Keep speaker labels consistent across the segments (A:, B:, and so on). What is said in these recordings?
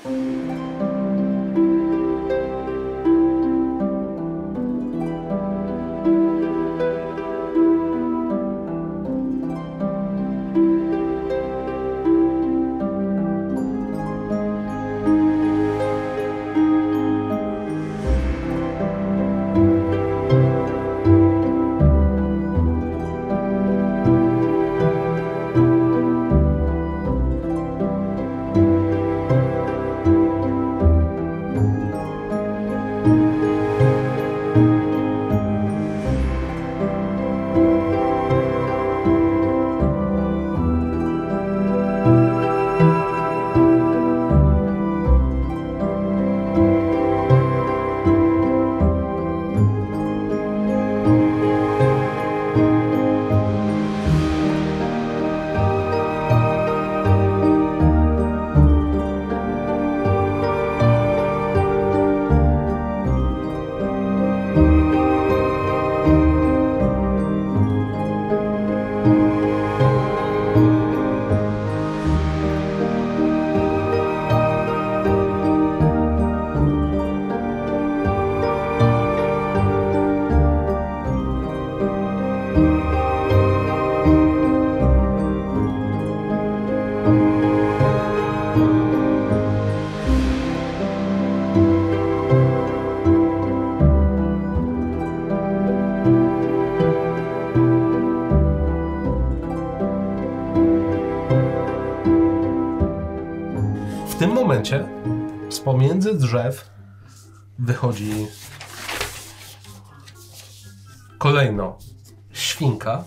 A: W tym momencie z pomiędzy drzew wychodzi kolejno świnka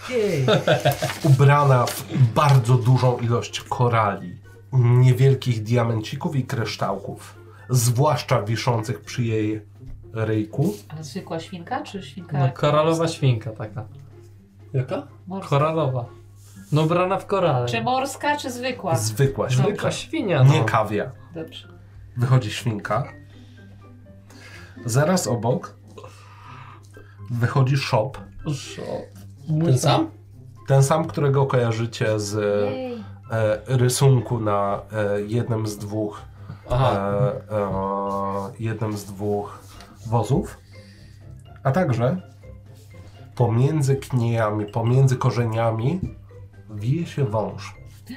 A: ubrana w bardzo dużą ilość korali, niewielkich diamencików i kryształków, zwłaszcza wiszących przy jej ryjku.
B: A zwykła świnka czy świnka?
C: No koralowa świnka taka.
D: Jaka?
B: Morska.
C: Koralowa. No brana w korale.
B: Czy morska, czy zwykła?
A: Zwykła
C: Zwykła
A: świnka,
C: świnia, no.
A: nie kawia.
B: Dobrze.
A: Wychodzi świnka. Zaraz obok wychodzi Shop.
D: Ten sam?
A: Ten sam, którego kojarzycie z
B: Jej.
A: rysunku na jednym z dwóch jednym z dwóch wozów. A także pomiędzy kniejami, pomiędzy korzeniami wije się wąż.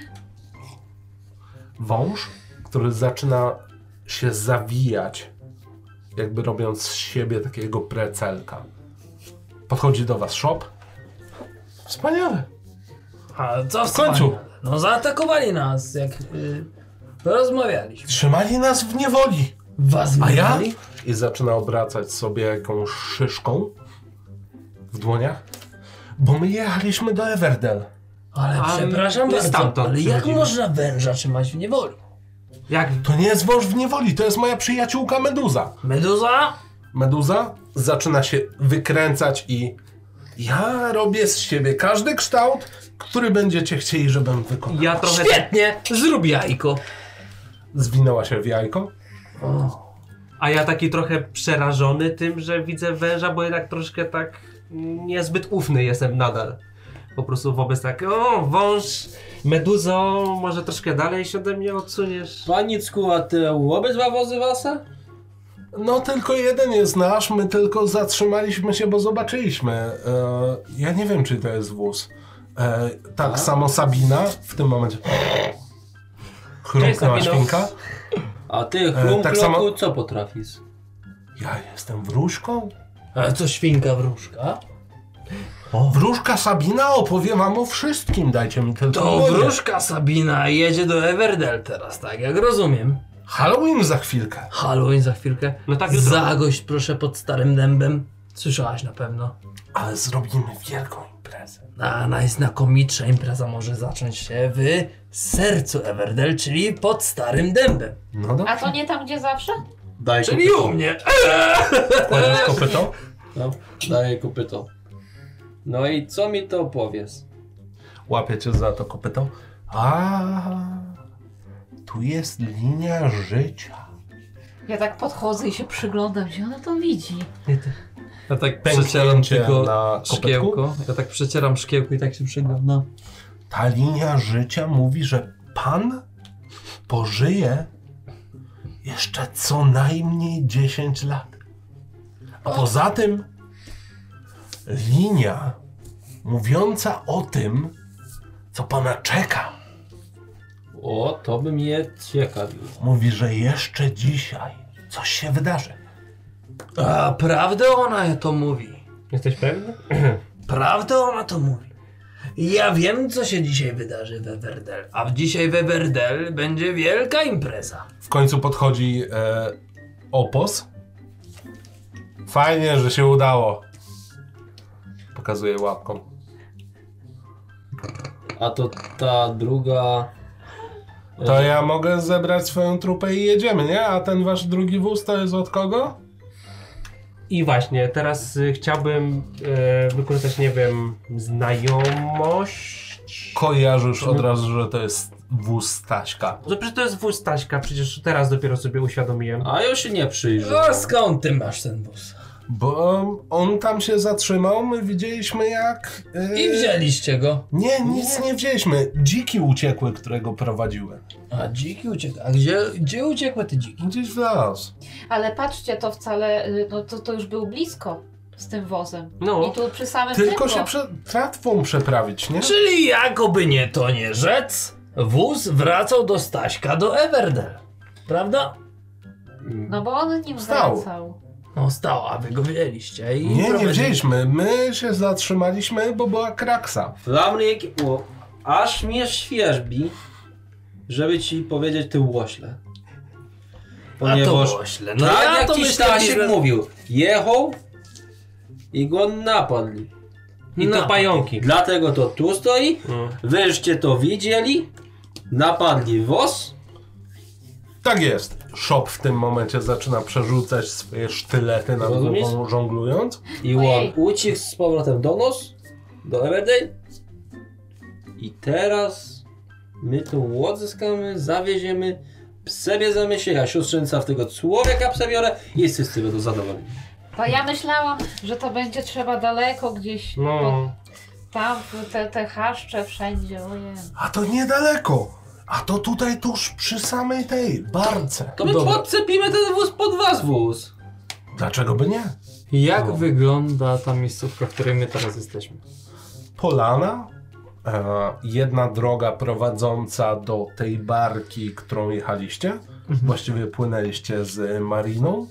A: Wąż, który zaczyna się zawijać, jakby robiąc z siebie takiego precelka. Podchodzi do was Shop. Wspaniale.
E: A co
A: W końcu.
E: No zaatakowali nas, jak porozmawialiśmy.
A: Trzymali nas w niewoli.
E: Was
A: A ja?
E: mieli?
A: I zaczyna obracać sobie jakąś szyszką w dłoniach. Bo my jechaliśmy do Everdell.
E: Ale
C: A
E: przepraszam
C: my
E: bardzo,
C: stamtąd
E: ale jak
C: przychodzimy.
E: można węża trzymać w niewoli?
C: Jak?
A: To nie jest wąż w niewoli, to jest moja przyjaciółka Meduza.
E: Meduza?
A: Meduza zaczyna się wykręcać i ja robię z siebie każdy kształt, który będziecie chcieli, żebym wykonał.
C: Ja trochę...
E: Świetnie! Zrób jajko.
A: Zwinęła się w jajko.
C: A ja taki trochę przerażony tym, że widzę węża, bo jednak troszkę tak niezbyt ufny jestem nadal. Po prostu wobec tak, o wąż, meduzo, może troszkę dalej się ode mnie odsuniesz.
D: Panicku, a te obydwa wozy wasze?
A: No tylko jeden jest nasz, my tylko zatrzymaliśmy się, bo zobaczyliśmy. Ja nie wiem, czy to jest wóz. Tak samo Sabina w tym momencie chrupnęła
C: Sabino.
A: świnka.
D: A ty, chrumkloku,
A: tak samo-
D: co potrafisz?
A: Ja jestem wróżką?
E: A co świnka wróżka?
A: Wróżka Sabina opowie wam o wszystkim, dajcie mi tylko
E: To
A: wodę.
E: wróżka Sabina jedzie do Everdell teraz, tak jak rozumiem.
A: Halloween za chwilkę.
E: Halloween za chwilkę.
C: No tak, jutro.
E: Zagość proszę pod Starym Dębem. Słyszałaś na pewno.
A: Ale zrobimy wielką imprezę.
E: A najznakomitsza impreza może zacząć się w sercu Everdell, czyli pod Starym Dębem.
A: No
B: A
A: dobrze.
B: to nie tam, gdzie zawsze?
D: Daj
E: Czyli
D: kopyto.
E: u mnie.
A: Kładziesz kopyto?
D: No, daję kopyto. No i co mi to opowiesz?
A: Łapię cię za to kopyto. Tu jest linia życia.
B: Ja tak podchodzę i się przyglądam, gdzie ona to widzi.
C: Ja tak
A: Pęknięcie
C: przecieram tylko
A: na kopytku.
C: szkiełko. Ja tak przecieram szkiełko i tak się przyglądam.
A: Ta linia życia mówi, że Pan pożyje jeszcze co najmniej 10 lat. A poza tym linia mówiąca o tym, co pana czeka,
D: O, to by mnie ciekawiło.
A: mówi, że jeszcze dzisiaj coś się wydarzy.
E: A prawdę ona to mówi.
C: Jesteś pewny?
E: Prawdę ona to mówi. Ja wiem, co się dzisiaj wydarzy we Everdell. A dzisiaj we Everdell będzie wielka impreza.
A: W końcu podchodzi Opos. Fajnie, że się udało. Pokazuje łapką.
D: A to ta druga...
A: To ja mogę zebrać swoją trupę i jedziemy, nie? A ten wasz drugi wóz to jest od kogo?
C: I właśnie, teraz chciałbym wykorzystać, nie wiem, znajomość.
A: Kojarzysz od razu, że to jest wóz Staśka.
C: No przecież to jest wóz Staśka, przecież teraz dopiero sobie uświadomiłem.
D: A ja się nie przyjrzę.
E: A skąd ty masz ten wóz?
A: Bo on tam się zatrzymał, my widzieliśmy jak...
E: I wzięliście go.
A: Nie, nic nie wzięliśmy. Dziki uciekły, które go prowadziły.
E: A dziki uciekł. A gdzie uciekły te dziki?
A: Gdzieś w las.
B: Ale patrzcie, to wcale, no to już był blisko z tym wozem.
C: No.
B: I tu przy samym
A: Tylko
B: tempo.
A: się tratwą przeprawić, nie?
E: Czyli jakoby nie to nie rzec, wóz wracał do Staśka do Everdell. Prawda?
B: No bo on nim
A: Wstał.
B: wracał.
E: No stał, a wy go wzięliście i
A: Nie
E: prowadzili.
A: wzięliśmy. My się zatrzymaliśmy, bo była kraksa.
D: Flamrik, aż mnie świeżbi, żeby ci powiedzieć ty łośle.
E: A to ośle. No
D: tak
E: ja
D: jak
E: to
D: ci
E: myślę,
D: Stasiek
E: że...
D: mówił, jechał i go napadli.
C: I to
E: No.
C: pająki.
D: Dlatego to tu stoi,
C: No.
D: wyście to widzieli, napadli woz.
A: Tak jest. Shop w tym momencie zaczyna przerzucać swoje sztylety nad
D: Rozumiesz?
A: głową, żonglując.
D: I
B: Ojej.
D: on uciekł z powrotem do nos, do Everdell. I teraz my tą łódź zyskamy, zawieziemy, sobie zamyślę, siostrzeńca w tego człowieka przebiorę i wszyscy będą zadowoleni.
B: To ja myślałam, że to będzie trzeba daleko gdzieś.
C: No.
B: Tam te chaszcze wszędzie, ojej.
A: A to niedaleko. A to tutaj tuż przy samej tej barce.
D: To my
E: Dobra.
D: podcepimy ten wóz pod was wóz.
A: Dlaczego by nie?
E: Jak wygląda ta miejscówka, w której my teraz jesteśmy?
A: Polana, jedna droga prowadząca do tej barki, którą jechaliście. Właściwie płynęliście z mariną.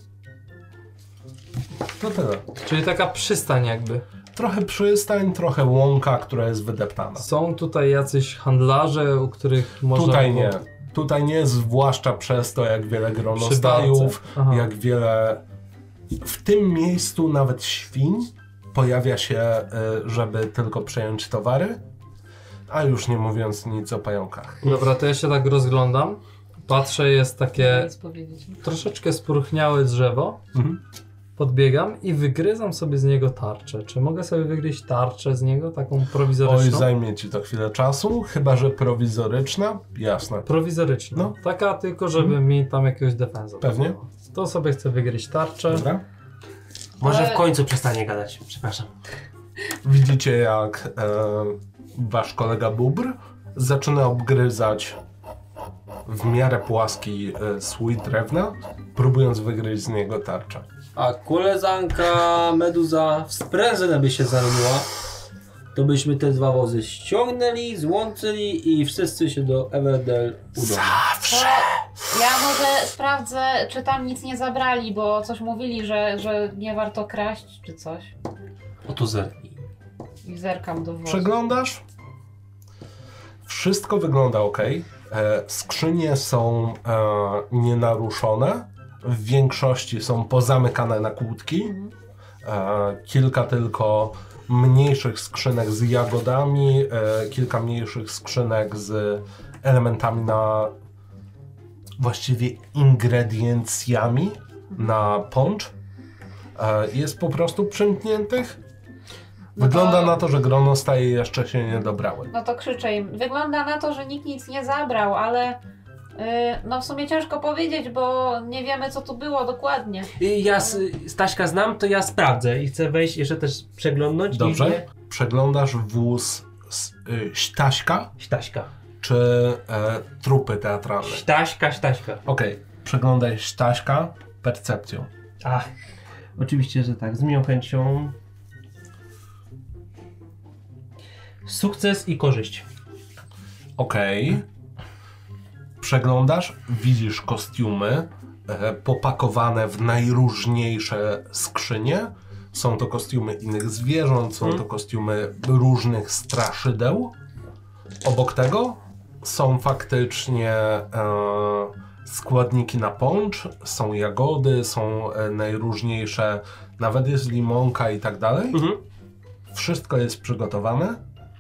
A: To tyle.
E: Czyli taka przystań jakby.
A: Trochę przystań, trochę łąka, która jest wydeptana.
E: Są tutaj jacyś handlarze, u których można...
A: Tutaj
E: było-
A: nie. Tutaj nie, zwłaszcza przez to, jak wiele
E: Przy
A: gronostajów,
E: barce. Aha.
A: jak wiele... W tym miejscu nawet świń pojawia się, żeby tylko przejąć towary, a już nie mówiąc nic o pająkach.
E: Dobra, to ja się tak rozglądam. Patrzę, jest takie
B: Nic powiedzieć.
E: troszeczkę spróchniałe drzewo.
A: Mhm.
E: Podbiegam i wygryzam sobie z niego tarczę. Czy mogę sobie wygryźć tarczę z niego, taką
A: Oj,
E: prowizoryczną?
A: zajmie ci to chwilę czasu, chyba że prowizoryczna, jasne.
E: Prowizoryczną.
A: No.
E: Taka tylko, żeby mi tam jakiegoś defensa.
A: Pewnie.
E: dawało. To sobie chcę wygryźć tarczę.
A: Dobra?
C: Może
B: Ale-
C: w końcu przestanie gadać, przepraszam.
A: Widzicie, jak wasz kolega Bóbr zaczyna obgryzać w miarę płaski słój drewna, próbując wygryźć z niego tarczę.
D: A koleżanka Meduza w sprężynę by się zamieniła, to byśmy te dwa wozy ściągnęli, złączyli i wszyscy się do Everdell udało.
B: To ja może sprawdzę, czy tam nic nie zabrali, bo coś mówili, że nie warto kraść, czy coś.
D: Oto zerknij.
B: I zerkam do wozu.
A: Przeglądasz? Wszystko wygląda ok. Skrzynie są nienaruszone. W większości są pozamykane na kłódki. Kilka tylko mniejszych skrzynek z jagodami, kilka mniejszych skrzynek z elementami na właściwie ingrediencjami na poncz. Jest po prostu przymkniętych.
B: No
A: Wygląda
B: to-
A: na to, że gronostaje jeszcze się nie dobrały.
B: No to krzyczę im. Wygląda na to, że nikt nic nie zabrał, ale no w sumie ciężko powiedzieć, bo nie wiemy, co tu było dokładnie.
C: Ja Staśka znam, to ja sprawdzę i chcę wejść jeszcze też przeglądnąć.
A: Dobrze? Przeglądasz wóz Staśka
C: Staśka.
A: czy trupy teatralne?
C: Staśka.
A: Okej. Przeglądaj Staśka percepcją.
C: Ach, oczywiście, że tak. Z miłą chęcią. Sukces i korzyść.
A: Okej. Przeglądasz, widzisz kostiumy popakowane w najróżniejsze skrzynie. Są to kostiumy innych zwierząt, są to kostiumy różnych straszydeł. Obok tego są faktycznie składniki na poncz, są jagody, są najróżniejsze, nawet jest limonka i tak dalej. Wszystko jest przygotowane.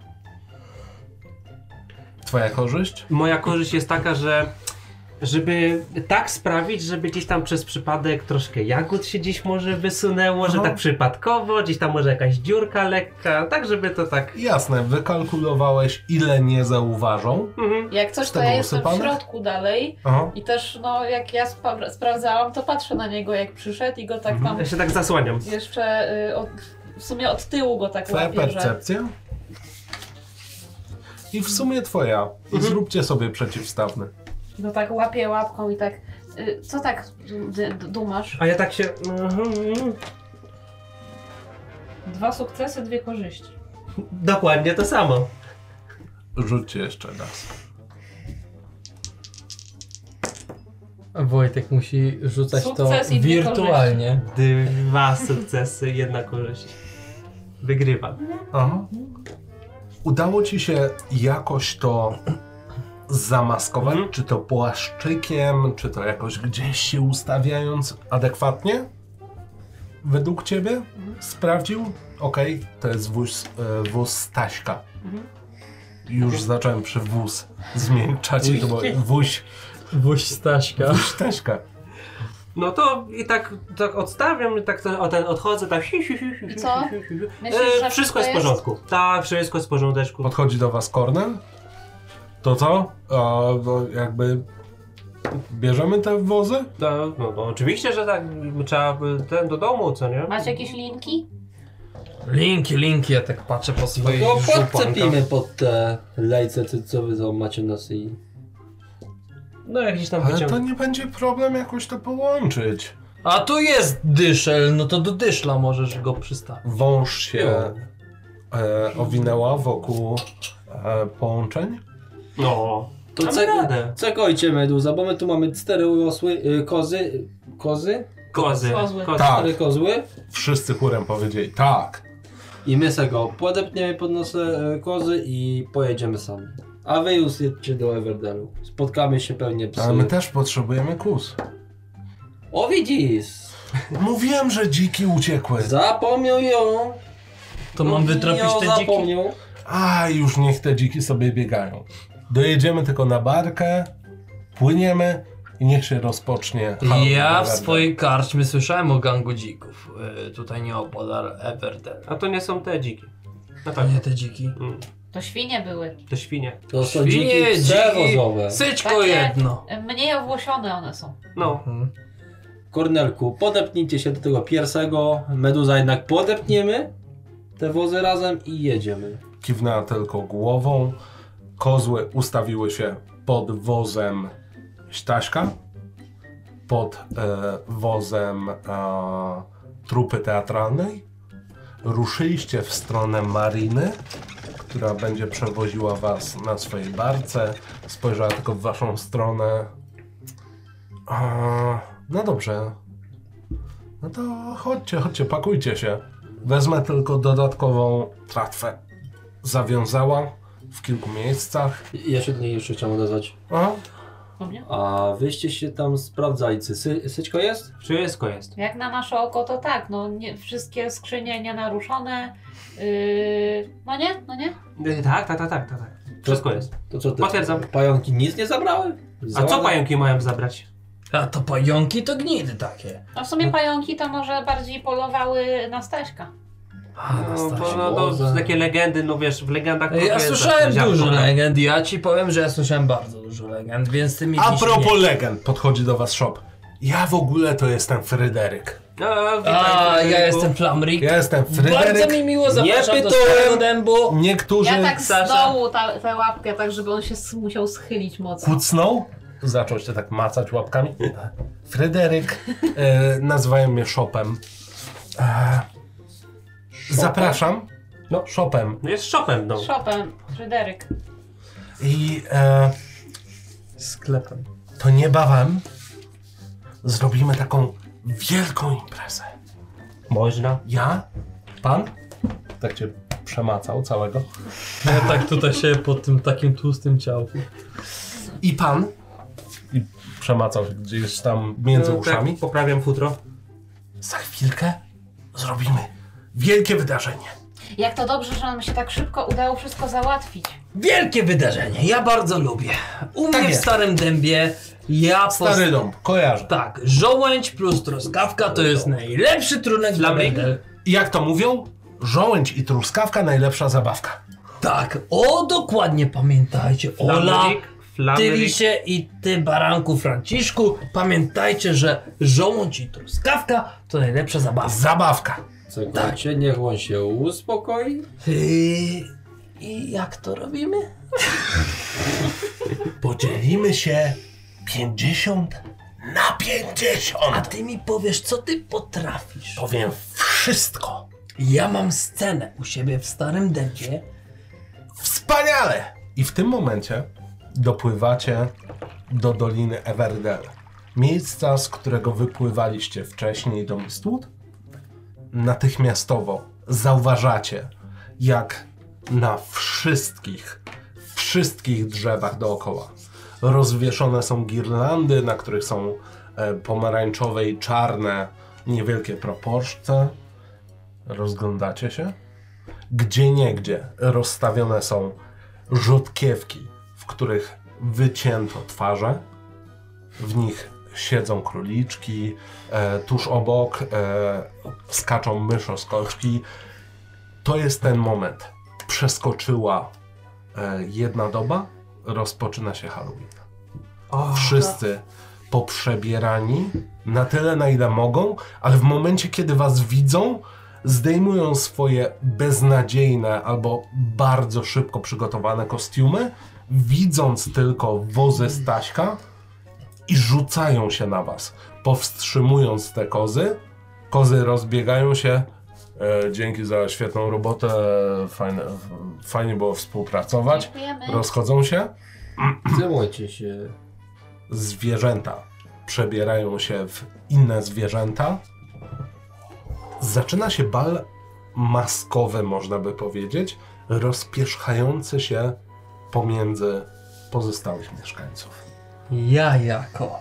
A: Twoja korzyść?
C: Moja korzyść jest taka, że żeby tak sprawić, żeby gdzieś tam przez przypadek troszkę jagód się gdzieś może wysunęło, że tak przypadkowo, gdzieś tam może jakaś dziurka lekka, tak żeby to tak...
A: Jasne, wykalkulowałeś, ile nie zauważą.
B: Jak coś,
A: Z
B: to
A: tego
B: ja jestem w
A: usypane?
B: środku dalej
A: Aha.
B: i też no jak ja sprawdzałam, to patrzę na niego jak przyszedł i go tak tam
C: Ja się tak zasłaniam.
B: jeszcze w sumie od tyłu go tak
A: Twoja
B: łapię, że...
A: percepcja? I w sumie twoja. I zróbcie sobie przeciwstawny.
B: No tak łapię łapką i tak... co tak dumasz?
C: A ja tak się...
B: 2 sukcesy, 2 korzyści.
C: Dokładnie to samo.
A: Rzućcie jeszcze raz.
D: Wojtek musi rzucać
B: Sukces
D: to
B: i dwie
D: wirtualnie.
C: 2 sukcesy, 1 korzyść. Wygrywam.
A: Aha. Udało ci się jakoś to zamaskować, czy to płaszczykiem, czy to jakoś gdzieś się ustawiając adekwatnie? Według ciebie? Sprawdził? Okej, to jest wóz Staśka. Już zacząłem przy wóz zmiękczać i to było
D: Wóź Staśka.
A: wóz Staśka.
C: No to i tak odstawiam, i tak odchodzę, tak
B: I co? Myślisz, że
C: wszystko jest w porządku. Tak, wszystko jest w porządeczku.
A: Podchodzi do was Kornel. To co? No jakby bierzemy te wozy?
C: No oczywiście, że tak. Trzeba do domu, co nie?
B: Macie jakieś linki?
E: Linki, ja tak patrzę po swoich
D: No
E: żupankach.
D: podcepimy pod te lejce, co wy tam macie na szyi.
C: No jak gdzieś tam
A: Ale to
C: wyciągnę.
A: nie będzie problem jakoś to połączyć.
E: A tu jest dyszel, no to do dyszla możesz go przystawić.
A: Wąż się owinęła wokół połączeń.
C: No.
D: To
C: Mamy radę.
D: cekojcie Meduza, bo my tu mamy 4 kozy.
C: Kozy.
B: Kozły.
A: Tak.
D: 4 kozły.
A: Wszyscy chórem powiedzieli tak.
D: I my se go podepniemy pod nosę kozy i pojedziemy sami. A wy już jedźcie do Everdelu. Spotkamy się pewnie psy.
A: Ale my też potrzebujemy kus.
D: O widzisz!
A: Mówiłem, że dziki uciekły.
D: Zapomniał ją!
E: To mam wytropić te dziki?
D: Zapomniał.
A: A już niech te dziki sobie biegają. Dojedziemy tylko na barkę, płyniemy i niech się rozpocznie.
E: Ja w swojej karczmie słyszałem o gangu dzików. Tutaj nieopodal Everdell.
C: A to nie są te dziki. Na
E: To
C: pewno.
E: nie te dziki.
B: To świnie były.
C: To świnie.
D: To są dziki przewozowe.
E: Syczko
B: Takie
E: jedno.
B: mniej owłosione one są.
C: No.
D: Kornelku, podepnijcie się do tego pierwszego. Meduza jednak podepniemy te wozy razem i jedziemy.
A: Kiwnęła tylko głową. Kozły ustawiły się pod wozem Staśka, pod wozem trupy teatralnej. Ruszyliście w stronę mariny, która będzie przewoziła was na swojej barce. Spojrzała tylko w waszą stronę. No dobrze. No to chodźcie, pakujcie się. Wezmę tylko dodatkową tratwę. Zawiązała w kilku miejscach.
D: Ja się do niej jeszcze chciałem odezwać.
B: Do mnie?
D: A wyście się tam sprawdzali. Syćko jest?
C: Wszystko jest.
B: Jak na nasze oko to tak, no nie, wszystkie skrzynie nienaruszone. No nie?
C: Tak. Wszystko jest.
D: To co, te
C: Potwierdzam.
D: pająki nic nie zabrały?
C: A co pająki mają zabrać?
E: A to pająki to gnidy takie.
B: No w sumie pająki to może bardziej polowały na Staśka.
E: A, na
C: No,
E: Stasia.
C: to takie legendy, no wiesz, w legendach...
E: Ja
C: trochę
E: słyszałem
C: jest
E: dużo
C: ziarnko,
E: legend, ja ci powiem, że ja słyszałem bardzo dużo legend, więc ty mi
A: A
E: dziś
A: propos
E: nie...
A: legend, podchodzi do was Shop. Ja w ogóle to jestem Fryderyk.
C: Witaj,
E: A, ja
C: Fryderyku.
E: jestem Flamrik.
A: Ja jestem
E: Bardzo
A: Fryderyk.
E: mi miło, zapraszam do
D: pytałem.
E: Starego Dębu.
A: Niektórzy
B: Ja tak z
C: Sasza.
B: dołu tę łapkę, tak żeby on się musiał schylić mocno.
A: kucnął, zaczął się tak macać łapkami. Fryderyk, nazywają mnie Shopem. Zapraszam. No, Shopem.
C: Jest shopem, no.
B: Chopin, Fryderyk.
A: I
E: Sklepem.
A: to niebawem zrobimy taką wielką imprezę.
C: Można.
A: Ja, pan, tak cię przemacał całego,
E: Ja tak tutaj się pod tym takim tłustym ciałkiem.
A: i pan, i przemacał się gdzieś tam między uszami.
C: Tak, poprawiam futro.
A: Za chwilkę zrobimy wielkie wydarzenie.
B: Jak to dobrze, że nam się tak szybko udało wszystko załatwić.
E: Wielkie wydarzenie, ja bardzo lubię. U mnie w
A: jest.
E: Starym Dębie
A: Stary dąb, kojarzę.
E: Tak, żołędź plus truskawka to jest najlepszy trunek dla Werdel.
A: I jak to mówią? Żołędź i truskawka najlepsza zabawka.
E: Tak, o dokładnie pamiętajcie. Ola, ty
C: Flamerik.
E: Lisie i ty baranku Franciszku, pamiętajcie, że żołądź i truskawka to najlepsza zabawa.
A: Zabawka.
D: Czekajcie, niech on się uspokoi.
E: I jak to robimy?
A: Podzielimy się 50 na 50.
E: A ty mi powiesz, co ty potrafisz.
A: Powiem wszystko.
E: Ja mam scenę u siebie w Starym Dębie.
A: Wspaniale! I w tym momencie dopływacie do Doliny Everdell. Miejsca, z którego wypływaliście wcześniej do Mistwood. Natychmiastowo zauważacie, jak na wszystkich drzewach dookoła rozwieszone są girlandy, na których są pomarańczowe i czarne niewielkie proporcje. Rozglądacie się. Gdzieniegdzie rozstawione są rzutkiewki, w których wycięto twarze. W nich siedzą króliczki, tuż obok skaczą myszoskoczki. To jest ten moment. Przeskoczyła jedna doba, rozpoczyna się Halloween. Wszyscy poprzebierani na tyle, na ile mogą, ale w momencie, kiedy was widzą, zdejmują swoje beznadziejne albo bardzo szybko przygotowane kostiumy, widząc tylko wozy Staśka i rzucają się na was, powstrzymując te kozy. Kozy rozbiegają się. Dzięki za świetną robotę, fajnie było współpracować.
B: Dziękujemy.
A: Rozchodzą się.
D: Zymujcie się.
A: Zwierzęta przebierają się w inne zwierzęta. Zaczyna się bal maskowy, można by powiedzieć, rozpierzchający się pomiędzy pozostałych mieszkańców.
E: Ja jako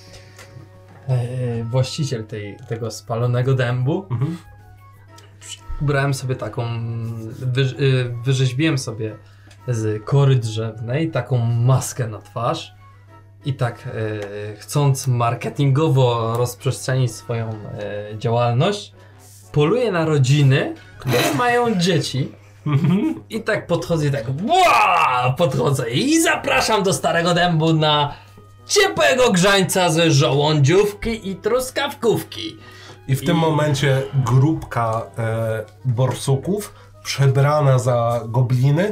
E: właściciel tego spalonego dębu ubrałem sobie taką, wyrzeźbiłem sobie z kory drzewnej taką maskę na twarz i tak chcąc marketingowo rozprzestrzenić swoją działalność, poluję na rodziny, które mają dzieci i tak podchodzę i tak podchodzę i zapraszam do Starego Dębu na ciepłego grzańca ze żołądziówki i truskawkówki.
A: I w tym momencie grupka borsuków przebrana za gobliny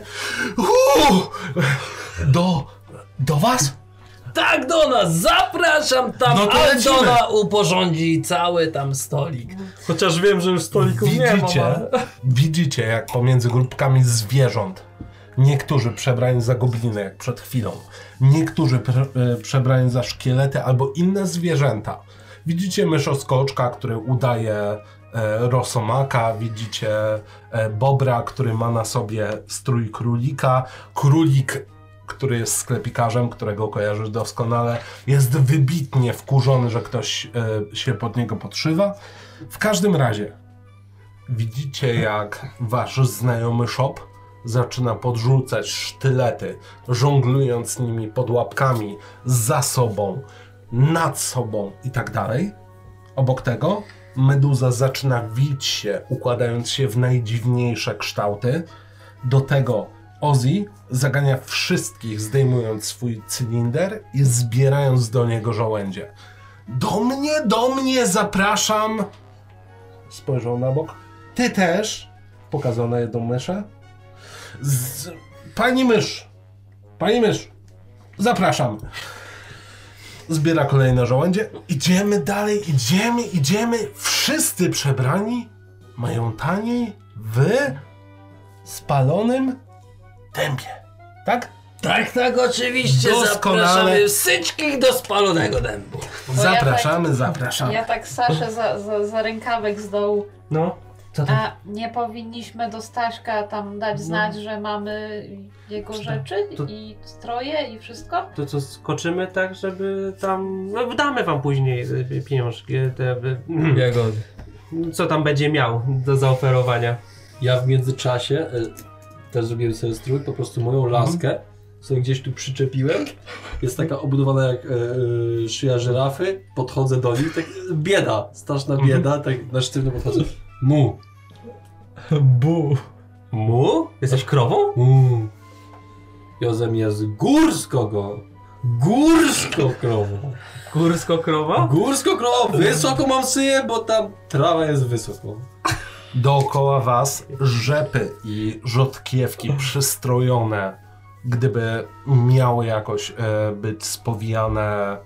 A: do was?
E: Tak, do nas, zapraszam tam,
A: No to lecimy.
E: Aldona uporządzi cały tam stolik. Chociaż wiem, że już stolików nie ma.
A: Widzicie, jak pomiędzy grupkami zwierząt, niektórzy przebrani za gobliny, jak przed chwilą, niektórzy przebrani za szkielety albo inne zwierzęta. Widzicie myszoskoczka, który udaje rosomaka, widzicie bobra, który ma na sobie strój królika, królik, który jest sklepikarzem, którego kojarzysz doskonale, jest wybitnie wkurzony, że ktoś się pod niego podszywa. W każdym razie widzicie, jak wasz znajomy Shop zaczyna podrzucać sztylety, żonglując nimi pod łapkami, za sobą, nad sobą i tak dalej. Obok tego Meduza zaczyna wić się, układając się w najdziwniejsze kształty. Do tego Ozzy zagania wszystkich, zdejmując swój cylinder i zbierając do niego żołędzie. Do mnie, zapraszam! Spojrzał na bok. Ty też! Pokazał na jedną myszę. Pani mysz, zapraszam. zbiera kolejne żołędzie. Idziemy dalej, idziemy. Wszyscy przebrani mają taniej w spalonym dębie. Tak?
D: Tak, oczywiście.
A: Doskonale.
D: Zapraszamy wszystkich do spalonego dębu.
A: Zapraszamy.
B: Ja tak Saszę za rękawek z dołu.
C: No, co tam?
B: A nie powinniśmy do Staśka tam dać znać, że mamy jego rzeczy i stroje i wszystko?
C: To co, skoczymy tak, żeby tam... No, damy wam później pieniążki,
E: Jagody.
C: co tam będzie miał do zaoferowania.
D: Ja w międzyczasie też zrobiłem sobie strój, po prostu moją laskę sobie gdzieś tu przyczepiłem. Jest taka obudowana jak szyja żyrafy. Podchodzę do nich, tak bieda, straszna bieda, tak na sztywno podchodzę. Mu.
E: Bu.
C: Mu? Jesteś krową?
D: Mu. Jozem jest górsko krową.
C: Górsko-krowa?
D: Górsko krową, wysoko mam szyję, bo tam trawa jest wysoko.
A: Dookoła was rzepy i rzodkiewki przystrojone, gdyby miały jakoś być spowijane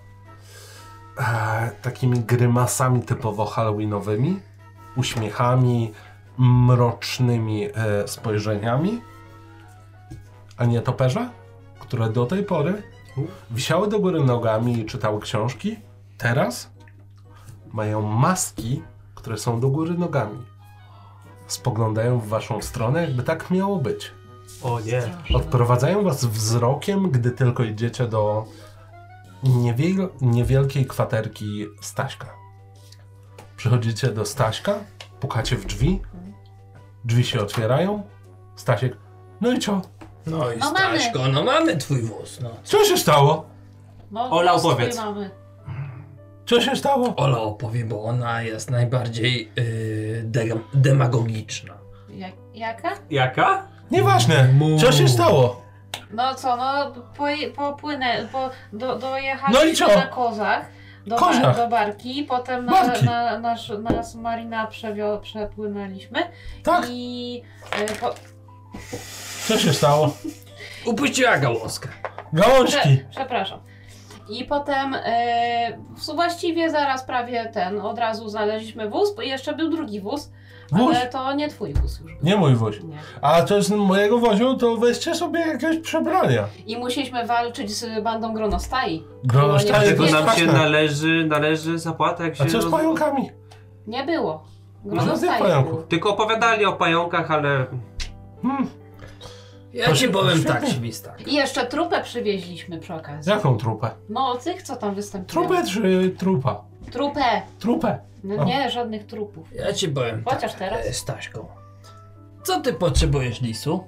A: takimi grymasami typowo halloweenowymi, uśmiechami, mrocznymi spojrzeniami, a nietoperze, które do tej pory wisiały do góry nogami i czytały książki, teraz mają maski, które są do góry nogami. Spoglądają w waszą stronę, jakby tak miało być.
C: O nie.
A: Odprowadzają was wzrokiem, gdy tylko idziecie do niewielkiej kwaterki Staśka. Przychodzicie do Staśka, pukacie w drzwi, drzwi się otwierają, Stasiek, no i co?
D: No i
B: No
D: Staśko, no mamy twój wóz, no.
A: Co się stało?
B: No,
C: Ola,
B: wóz twój
C: opowiedz.
B: mamy.
A: Co się stało?
D: Ola opowie, bo ona jest najbardziej demagogiczna.
B: Jaka?
C: Jaka?
A: Nieważne, co się stało?
B: No co, no dojechaliśmy
A: No i co?
B: na kozach.
A: Kozach?
B: Do barki, potem
A: Barki?
B: na Marina przepłynęliśmy.
A: Tak?
B: I
A: Co się stało?
D: Upuściła gałązkę.
A: Gałązki.
B: przepraszam. I potem właściwie zaraz prawie od razu znaleźliśmy wóz, bo jeszcze był drugi wóz,
A: Wóz?
B: ale to nie twój wóz już był.
A: Nie mój wóz.
B: Nie.
A: A to z mojego woziu, to weźcie sobie jakieś przebrania.
B: I musieliśmy walczyć z bandą Gronostai.
A: Gronostai
B: Było
C: Dlatego
A: jest
C: nam się
A: straszne.
C: należy zapłata, jak się...
A: A co z pająkami?
B: Nie było.
A: Żadnych
B: Gronostai
A: pająków.
B: było.
C: Tylko opowiadali o pająkach, ale...
D: Ja ci powiem
A: świetnie.
D: tak, świstak.
B: I jeszcze trupę przywieźliśmy przy okazji.
A: Jaką trupę?
B: No tych, co tam występują.
A: Trupę czy trupa?
B: Trupę.
A: Trupę.
B: No, nie, żadnych trupów.
D: Ja ci powiem
B: Chociaż
D: tak,
B: teraz.
D: Staśko. Co ty potrzebujesz, lisu?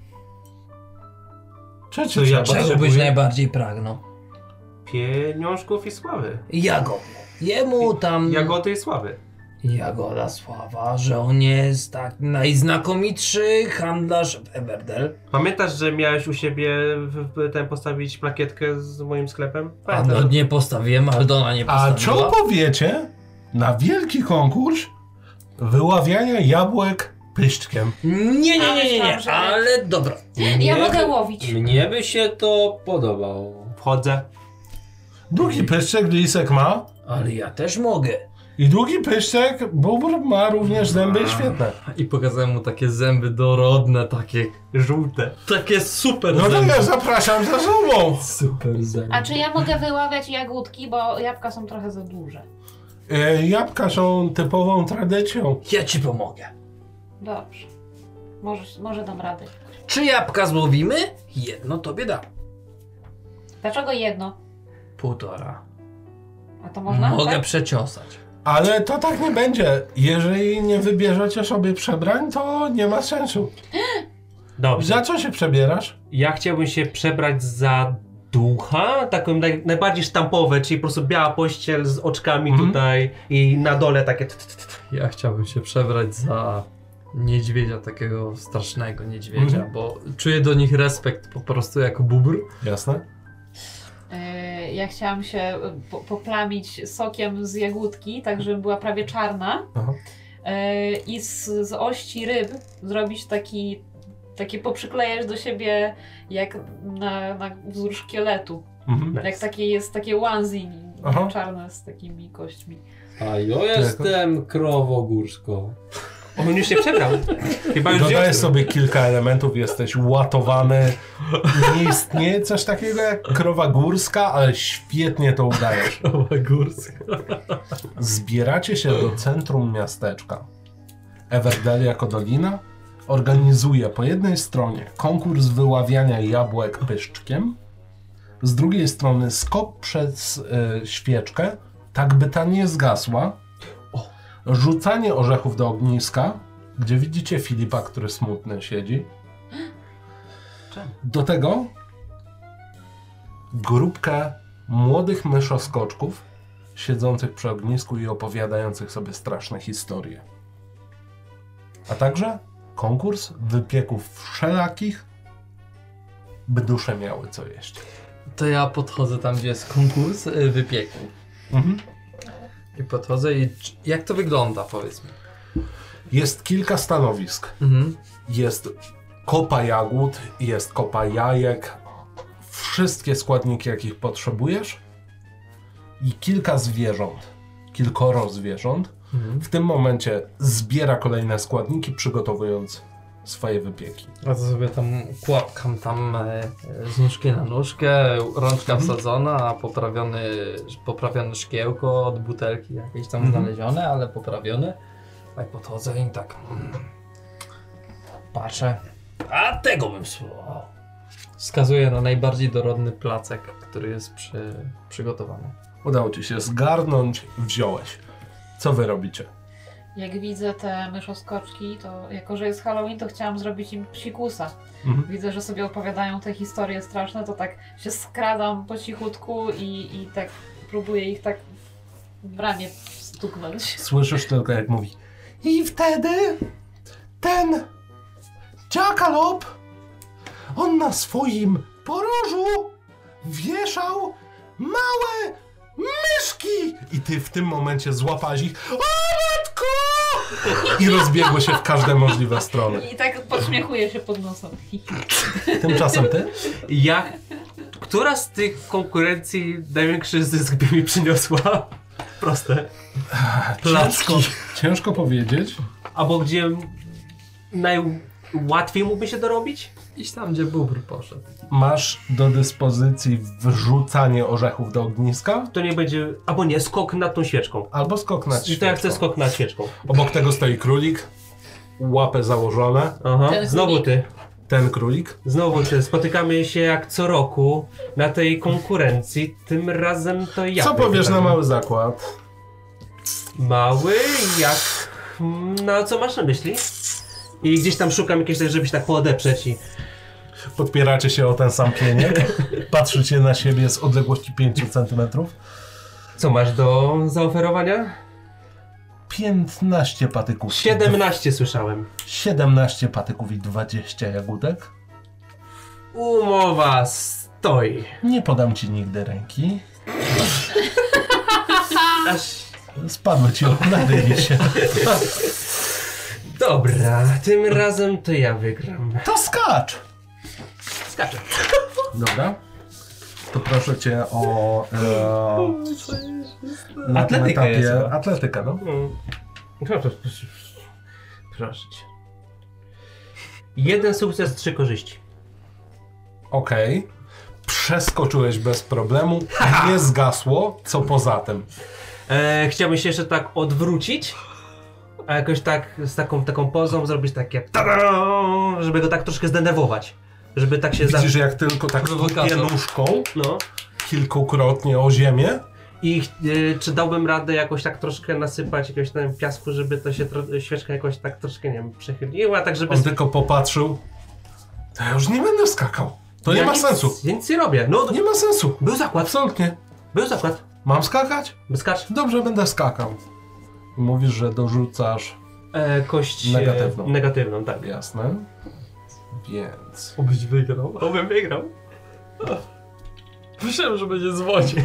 A: Co
C: To
A: ci
C: ja
A: trzeba?
D: Czego byś
C: Potrzebuję-
D: najbardziej pragnął?
C: Pieniążków i sławy.
D: Jagody. Jemu tam...
C: Jagody i sławy.
D: Jagoda sława, że on jest tak najznakomitszy handlarz w Everdell.
C: Pamiętasz, że miałeś u siebie ten postawić plakietkę z moim sklepem?
D: A
C: Pamiętasz?
D: no, nie postawiłem, Aldona nie
A: A
D: postawiła.
A: co powiecie na wielki konkurs wyławiania jabłek pyszczkiem?
D: Nie,
B: A, myślałam, że-
D: ale dobra.
B: Ja mogę łowić.
D: Mnie by się to podobało.
C: Wchodzę.
A: Długi pyszczek lisek ma
D: Ale ja też mogę.
A: i długi pyszczek bóbr ma również zęby świetne.
E: I pokazałem mu takie zęby dorodne, takie
C: Żółte.
E: super
A: No to
E: zęby.
A: ja zapraszam za sobą.
E: Super zęby.
B: A czy ja mogę wyławiać jagódki, bo jabłka są trochę za duże.
A: Jabłka są typową tradycją.
D: Ja ci pomogę.
B: Dobrze. Może dam radę.
D: Czy jabłka złowimy? Jedno tobie dam.
B: Dlaczego jedno?
D: 1,5.
B: A to można?
D: Mogę
B: Tak?
D: przeciosać.
A: Ale to tak nie będzie. Jeżeli nie wybierzecie sobie przebrań, to nie ma sensu.
C: Dobrze.
A: Za co się przebierasz?
C: Ja chciałbym się przebrać za ducha, taką najbardziej sztampowe, czyli po prostu biała pościel z oczkami tutaj i na dole takie...
E: Ja chciałbym się przebrać za niedźwiedzia, takiego strasznego niedźwiedzia, bo czuję do nich respekt po prostu jako bubr.
A: Jasne?
B: Ja chciałam się poplamić sokiem z jagódki, tak żeby była prawie czarna.
A: Aha.
B: I z ości ryb zrobić takie poprzyklejać do siebie jak na wzór szkieletu.
A: Mhm.
B: Jak takie jest takie onesie
A: Aha.
B: czarne z takimi kośćmi.
D: A ja jestem krowogórsko.
C: On już się przebrał. Chyba już
A: Dodajesz
C: wziął.
A: sobie kilka elementów, jesteś łatowany. Nie istnieje coś takiego jak krowa górska, ale świetnie to udajesz.
E: Górska.
A: Zbieracie się do centrum miasteczka. Everdell jako dolina organizuje po jednej stronie konkurs wyławiania jabłek pyszczkiem, z drugiej strony skok przez świeczkę, tak by ta nie zgasła, rzucanie orzechów do ogniska, gdzie widzicie Filipa, który smutny siedzi. Do tego grupkę młodych myszoskoczków siedzących przy ognisku i opowiadających sobie straszne historie. A także konkurs wypieków wszelakich, by dusze miały co jeść.
E: To ja podchodzę tam, gdzie jest konkurs wypieków.
A: Mhm.
E: I podchodzę i jak to wygląda, powiedz mi?
A: Jest kilka stanowisk.
E: Mhm.
A: Jest kopa jagód, jest kopa jajek, wszystkie składniki, jakich potrzebujesz i kilka zwierząt, kilkoro zwierząt. W tym momencie zbiera kolejne składniki, przygotowując swoje wypieki.
E: A to sobie tam kłapkam tam z nóżki na nóżkę, rączka wsadzona, a poprawione szkiełko od butelki jakieś tam znalezione, ale poprawione. Tak podchodzę i tak patrzę. A tego bym spróbował. Wskazuję na najbardziej dorodny placek, który jest przygotowany.
A: Udało ci się zgarnąć, wziąłeś. Co wy robicie?
B: Jak widzę te myszoskoczki, to jako, że jest Halloween, to chciałam zrobić im psikusa.
A: Mhm.
B: Widzę, że sobie opowiadają te historie straszne, to tak się skradam po cichutku i tak próbuję ich tak w ramię stuknąć.
A: Słyszysz tylko, jak mówi: i wtedy ten Jackalope, on na swoim porożu wieszał małe myszki! I ty w tym momencie złapałaś ich. O matko! I rozbiegło się w każde możliwe strony.
B: I tak podśmiechuję się pod nosem.
A: Tymczasem ty?
C: Która z tych konkurencji największy zysk by mi przyniosła? Proste.
A: Ciężko powiedzieć.
C: Albo gdzie najłatwiej mógłby się dorobić?
E: Iść tam, gdzie bóbr poszedł.
A: Masz do dyspozycji wrzucanie orzechów do ogniska
C: To nie będzie... Albo nie, skok nad tą świeczką.
A: albo skok nad
C: I to ja chcę
A: świeczką.
C: skok nad świeczką.
A: Obok tego stoi królik, łapy założone.
C: Aha.
B: Ten
C: Znowu
B: królik.
C: ty.
A: Ten królik.
C: Znowu ty. Spotykamy się jak co roku na tej konkurencji. Tym razem to ja.
A: Co powiesz na
C: wygram.
A: mały zakład?
C: Mały jak... No co masz na myśli? I gdzieś tam szukam jakieś, żebyś tak poodeprzeć i...
A: Podpieracie się o ten sam pieniek, patrzycie na siebie z odległości 5 cm.
C: Co masz do zaoferowania?
A: 15 patyków.
C: 17 słyszałem.
A: 17 patyków i 20 jagódek.
C: Umowa stoi.
A: Nie podam ci nigdy ręki.
C: Aż...
A: Spadły ci okulary dzisiaj.
C: Dobra, tym razem to ja wygram.
A: To skacz!
C: Skaczę.
A: Dobra. To proszę cię o... na tym
C: Atletyka jest
A: etapie...
C: chyba.
A: Atletyka, no.
C: Proszę cię. 1 sukces, 3 korzyści.
A: Okej. Przeskoczyłeś bez problemu. Nie zgasło. Co poza tym?
C: Chciałbym się jeszcze tak odwrócić, a jakoś tak z taką pozą zrobić takie tada, żeby go tak troszkę zdenerwować. Żeby tak się
A: Widzisz, jak tylko tak tupie nóżką
C: No.
A: kilkukrotnie o ziemię.
C: I czy dałbym radę jakoś tak troszkę nasypać jakiegoś tam piasku, żeby to się świeczka jakoś tak troszkę, nie wiem, przechyliła, tak żeby...
A: On tylko popatrzył. To ja już nie będę skakał. To nie
C: Ja
A: ma
C: nic-
A: sensu.
C: Ja nic nie robię. No,
A: Nie ma sensu.
C: był zakład,
A: Absolutnie.
C: był zakład.
A: Mam skakać?
C: Skacz.
A: Dobrze, będę skakał. I mówisz, że dorzucasz.
C: Kość
A: Negatywną.
C: Negatywną, tak.
A: Jasne. Więc...
E: Obyś wygrał.
C: Obym wygrał.
E: Myślałem, że będzie dzwonił.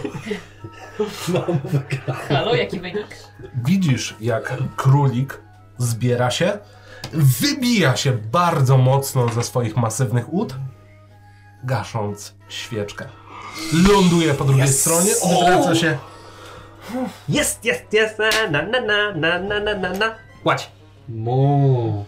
B: Halo, jaki wynik?
A: Widzisz, jak królik zbiera się, wybija się bardzo mocno ze swoich masywnych ud, gasząc świeczkę. ląduje po drugiej stronie, odwraca się.
C: Jest, na. Płać.
D: Mu.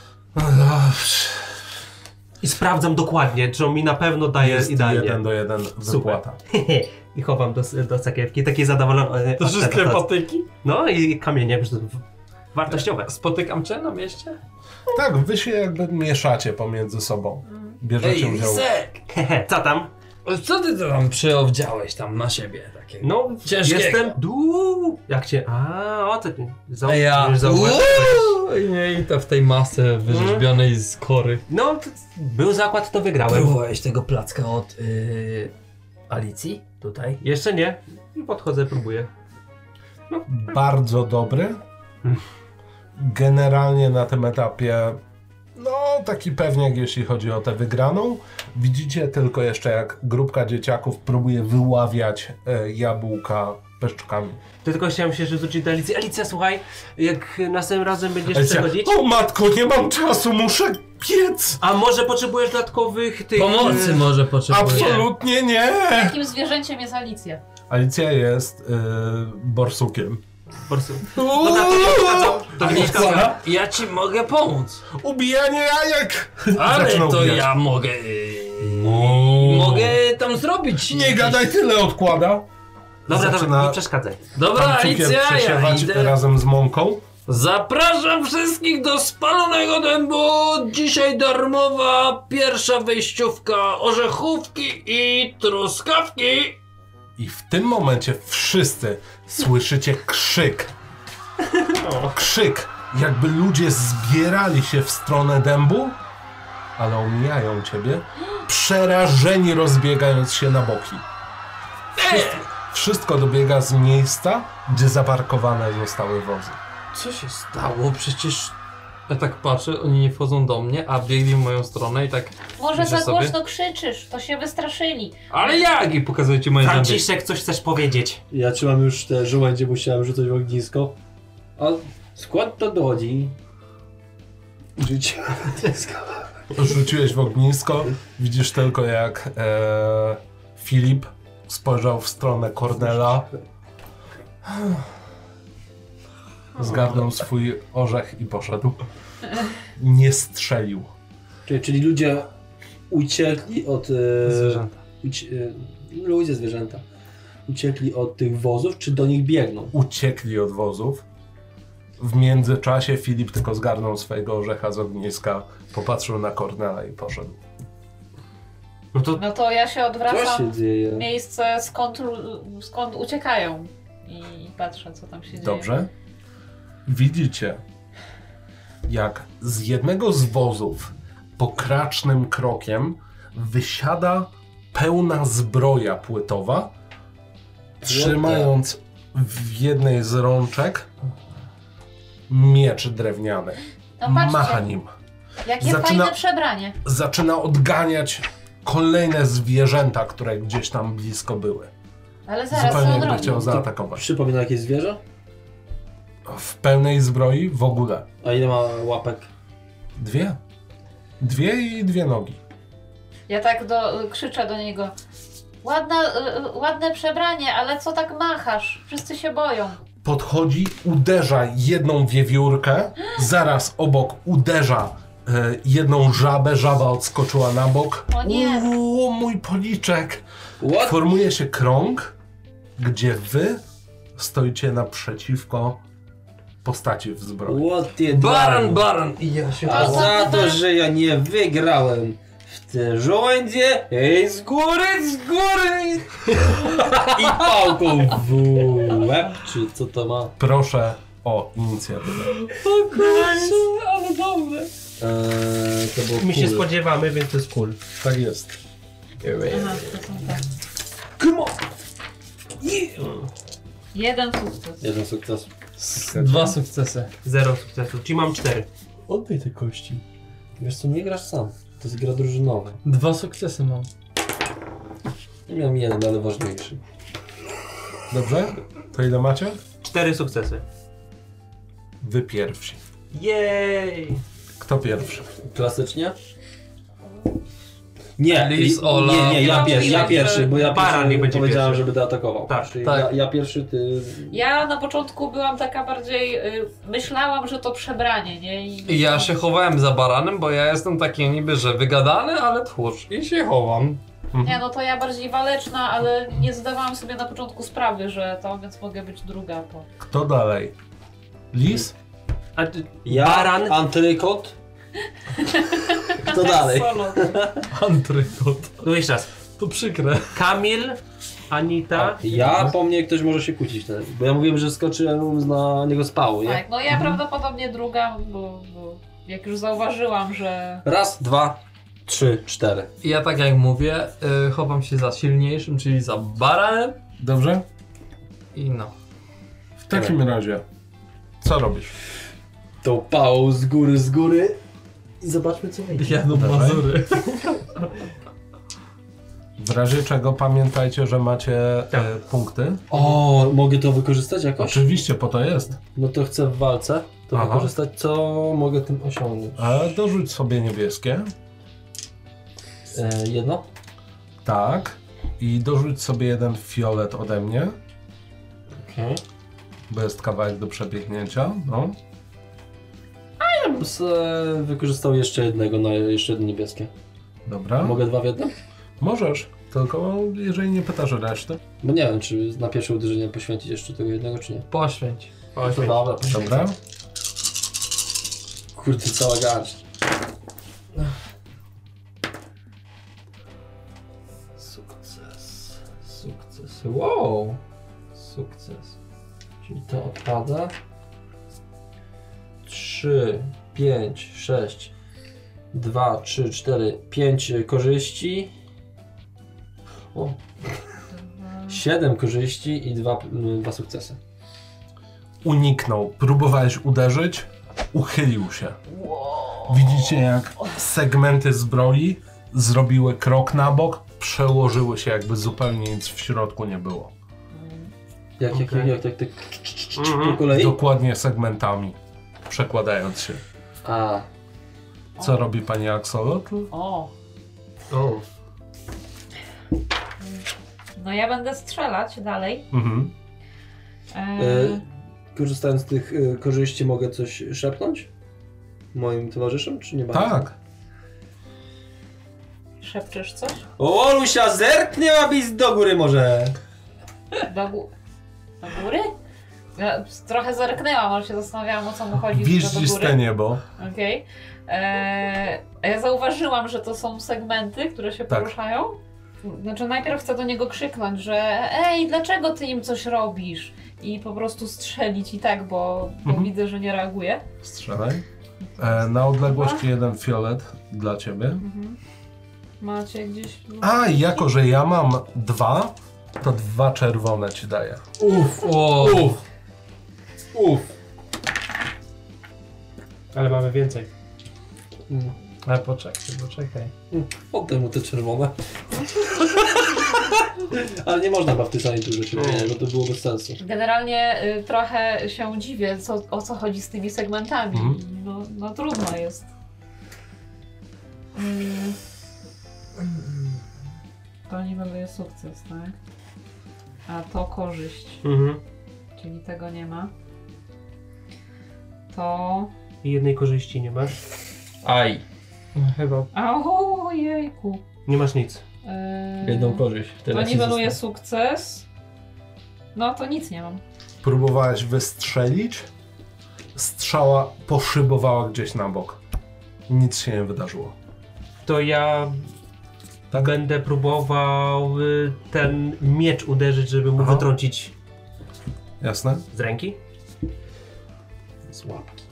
C: I sprawdzam dokładnie, czy on mi na pewno daje
A: Jest
C: idealnie.
A: 1:1 wypłata.
C: I chowam do sakiewki, taki zadowolony.
E: To wszystkie patyki?
C: No i kamienie wartościowe.
E: Spotykam cię na mieście?
A: Tak, wy się jakby mieszacie pomiędzy sobą. Bierzecie udział.
E: Lisek!
C: Co tam?
E: Co ty tam przyowdziałeś tam na siebie takiego?
C: No,
E: Ciężkiego.
C: jestem... Jak cię... A, o ty...
E: Ja.
C: Zauważyłeś?
E: I to w tej masce wyrzeźbionej z kory.
C: No, był zakład, to wygrałem.
E: Próbowałeś tego placka od Alicji tutaj?
C: Jeszcze nie. I podchodzę, próbuję.
A: Bardzo dobry. Generalnie na tym etapie, no taki pewniak, jeśli chodzi o tę wygraną. Widzicie tylko jeszcze, jak grupka dzieciaków próbuje wyławiać jabłka peszczkami.
C: Tylko chciałem się rzucić do Alicji. Alicja, słuchaj, jak następnym razem będziesz przechodzić...
A: O matko, nie mam czasu, muszę piec!
C: A może potrzebujesz dodatkowych tych...
E: Pomocy może potrzebuje.
A: Absolutnie nie!
B: Jakim zwierzęciem jest Alicja?
A: Alicja jest borsukiem.
C: Po prostu... Dobra, to nie przeszkadzał. To nie przeszkadzał.
E: Ja ci mogę pomóc.
A: Ubijanie jajek!
E: Ale
A: Zaczyna
E: to
A: ubijać.
E: ja mogę... Mogę tam zrobić.
A: Nie gadaj, tyle odkłada.
C: Dobra,
A: Zaczyna
C: nie przeszkadzaj.
E: Dobra,
A: tam cukier
E: Alicja, ja
A: przesiewać
E: idę.
A: razem z mąką.
E: Zapraszam wszystkich do spalonego dębu. Dzisiaj darmowa pierwsza wejściówka, orzechówki i truskawki.
A: I w tym momencie wszyscy słyszycie krzyk. Krzyk, jakby ludzie zbierali się w stronę dębu, ale omijają ciebie, przerażeni rozbiegając się na boki. Wszystko dobiega z miejsca, gdzie zaparkowane zostały wozy.
E: Co się stało? Przecież ja tak patrzę, oni nie wchodzą do mnie, a biegli w moją stronę i tak...
B: Może
E: myślę
B: za
E: sobie,
B: głośno krzyczysz, to się wystraszyli.
E: ale jak? I pokazujecie moje zęby.
C: Franciszek, coś chcesz powiedzieć?
D: Ja trzymam już te żołędzie, bo chciałem rzucać w ognisko. A skąd to dochodzi? Życie.
A: Rzuciłeś w ognisko, widzisz tylko jak Filip spojrzał w stronę Kornela. Zgarnął swój orzech i poszedł. Nie strzelił.
D: Czyli ludzie uciekli od...
E: Zwierzęta.
D: Ludzie, zwierzęta. Uciekli od tych wozów, czy do nich biegną?
A: Uciekli od wozów. W międzyczasie Filip tylko zgarnął swojego orzecha z ogniska, popatrzył na Kornela i poszedł.
B: No to ja się
D: Co
B: odwracam
D: się dzieje?
B: w miejsce, skąd uciekają. I patrzę, co tam się dzieje.
A: Dobrze? Widzicie, jak z jednego z wozów pokracznym krokiem wysiada pełna zbroja płytowa, trzymając w jednej z rączek miecz drewniany.
B: No
A: Macha
B: patrzcie,
A: nim.
B: jakie
A: zaczyna-
B: fajne przebranie.
A: Zaczyna odganiać kolejne zwierzęta, które gdzieś tam blisko były.
B: Ale zaraz, co
A: Zupełnie
B: on
A: jakby
B: robi?
A: chciał zaatakować.
D: Przypomina jakieś zwierzę?
A: W pełnej zbroi w ogóle.
D: A ile ma łapek?
A: Dwie. Dwie i dwie nogi.
B: Ja tak krzyczę do niego. Ładne przebranie, ale co tak machasz? Wszyscy się boją.
A: Podchodzi, uderza jedną wiewiórkę, zaraz obok uderza jedną żabę, żaba odskoczyła na bok.
B: O nie.
A: Mój policzek!
D: What?
A: Formuje się krąg, gdzie wy stoicie naprzeciwko postaci w zbroi.
D: What the
E: Baran! I ja się...
D: A za to, że ja nie wygrałem w te żołędzie, z góry! I pałką w łeb, czy co to ma?
A: Proszę o inicjatywę.
E: O kurczę, ale dobre.
D: To było
C: My się
D: cool.
C: spodziewamy, więc to jest cool.
A: Tak jest.
B: Aha, to są te.
C: Come on!
B: Jeden sukces.
D: Jeden sukces.
E: 2 sukcesy.
C: 0 sukcesów, czyli mam 4.
D: Oddaj te kości. Wiesz co, nie grasz sam. To jest gra drużynowa.
E: 2 sukcesy mam.
D: Ja miałem jeden, ale ważniejszy.
A: Dobrze? To ile macie?
C: 4 sukcesy.
A: Wy pierwsi.
C: Jej!
A: Kto pierwszy?
D: Klasycznie? Nie,
E: Lis, Ola.
D: nie, ja
B: Mówiłem,
D: pierwszy, bo ja
C: Baran niech będzie
D: powiedziałem,
C: pierwszy.
D: żeby to atakował.
C: Tak.
D: Czyli
E: Tak.
D: ja pierwszy, ty...
B: Ja na początku byłam taka bardziej, myślałam, że to przebranie, nie?
E: I ja się chowałem za baranem, bo ja jestem taki niby, że wygadany, ale tchórz. I się chowam.
B: Nie, no to ja bardziej waleczna, ale nie zdawałam sobie na początku sprawy, że to, więc mogę być druga. To.
A: Kto dalej? Lis?
C: A
D: Ja,
C: Baran,
D: antrykot. Kto dalej?
B: Solo.
E: Antrykot.
C: no jeszcze raz.
E: To przykre.
C: Kamil, Anita.
D: Ja po mnie ktoś może się kłócić wtedy, bo ja mówiłem, że skoczyłem na niego z pału, nie?
B: Tak, no ja prawdopodobnie druga, bo jak już zauważyłam, że...
D: Raz, 2, 3, 4.
E: I ja tak jak mówię, chowam się za silniejszym, czyli za baranem.
A: Dobrze?
E: I no.
A: W takim razie, co robisz?
D: To pałą z góry i zobaczmy co wyjdzie.
E: Jadą
A: Dawaj.
E: Mazury.
A: W razie czego pamiętajcie, że macie
C: Tak.
A: punkty.
D: O, mogę to wykorzystać jakoś?
A: Oczywiście, po to jest.
D: No to chcę w walce to
A: Aha.
D: wykorzystać, co mogę tym osiągnąć.
A: Dorzuć sobie niebieskie.
D: Jedno?
A: Tak. I dorzuć sobie jeden fiolet ode mnie,
D: Okej.
A: bo jest kawałek do przebiegnięcia. No.
D: Ja bym wykorzystał jeszcze jednego, na jeszcze jedno niebieskie.
A: Dobra.
D: Mogę dwa w jednym?
A: Możesz, tylko jeżeli nie pytasz o resztę.
D: Bo nie wiem, czy na pierwsze uderzenie poświęcić jeszcze tego jednego, czy nie.
E: Poświęć.
D: To dobra.
A: Dobra.
D: Kurde, cała garść. Sukces. Sukces. Wow. Sukces. Czyli to odpada. 3, 5, 6, 2, 3, 4, 5 korzyści. O. 7 korzyści i 2 sukcesy.
A: Uniknął. Próbowałeś uderzyć, uchylił się. Widzicie, jak segmenty zbroi zrobiły krok na bok, przełożyły się, jakby zupełnie nic w środku nie było.
D: Jak
C: Mhm.
D: po kolei?
A: Dokładnie segmentami, przekładając się.
D: A,
A: Co robi pani Axolotl?
B: O,
C: O.
B: no ja będę strzelać dalej.
A: Mhm.
D: korzystając z tych korzyści mogę coś szepnąć? Moim towarzyszom, czy nie bardzo?
A: Tak.
B: Szepczesz coś?
D: O, Lusia, zerknie, ma być do góry może!
B: Do góry? Ja trochę zerknęłam, ale się zastanawiałam, o co mu chodzi.
A: Wiesz
B: z do góry.
A: te niebo.
B: Okej. A ja zauważyłam, że to są segmenty, które się
A: Tak.
B: poruszają. Znaczy najpierw chcę do niego krzyknąć, że ej, dlaczego ty im coś robisz? I po prostu strzelić i tak, bo widzę, że nie reaguje.
A: Strzelaj. Na odległości jeden fiolet dla ciebie.
B: Mhm. Macie gdzieś...
A: A, i jako że ja mam 2, to 2 czerwone ci daję.
D: Uff.
C: Ale mamy więcej.
E: Ale poczekaj.
D: Oddaj mu te czerwone. Ale nie można baptyzami tu rzeczy wymieniać, bo to było bez sensu.
B: Generalnie trochę się dziwię, o co chodzi z tymi segmentami.
A: Mhm.
B: No trudno jest. To niby jest sukces, tak? A to korzyść,
C: Mhm.
B: czyli tego nie ma. To...
C: I jednej korzyści nie masz.
D: Aj.
E: Chyba.
B: Ojejku.
C: Nie masz nic.
D: Jedną korzyść.
B: To
D: Tyle ci
B: niweluje
D: zostało.
B: sukces. No to nic nie mam.
A: Próbowałeś wystrzelić, strzała poszybowała gdzieś na bok. Nic się nie wydarzyło.
C: To ja
A: Tak?
C: będę próbował ten miecz uderzyć, żeby mu
A: Aha.
C: wytrącić
A: Jasne?
C: z ręki.
D: Z łapki.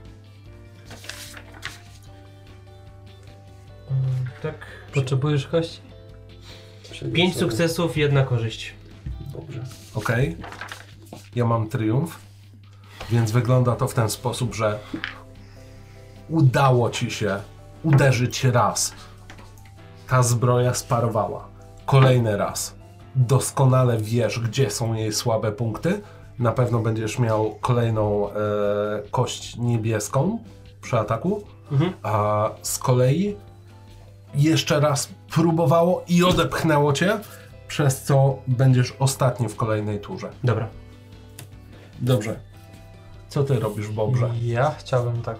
C: Tak.
E: Potrzebujesz kości?
C: 5 sukcesów, 1 korzyść.
D: Dobrze.
A: Okej. Ja mam triumf, więc wygląda to w ten sposób, że udało ci się uderzyć raz. Ta zbroja sparowała. Kolejny raz. Doskonale wiesz, gdzie są jej słabe punkty. Na pewno będziesz miał kolejną kość niebieską przy ataku.
C: Mhm.
A: A z kolei jeszcze raz próbowało i odepchnęło cię, przez co będziesz ostatni w kolejnej turze.
C: Dobra.
A: Dobrze. Co ty robisz, Bobrze?
E: Ja chciałbym tak,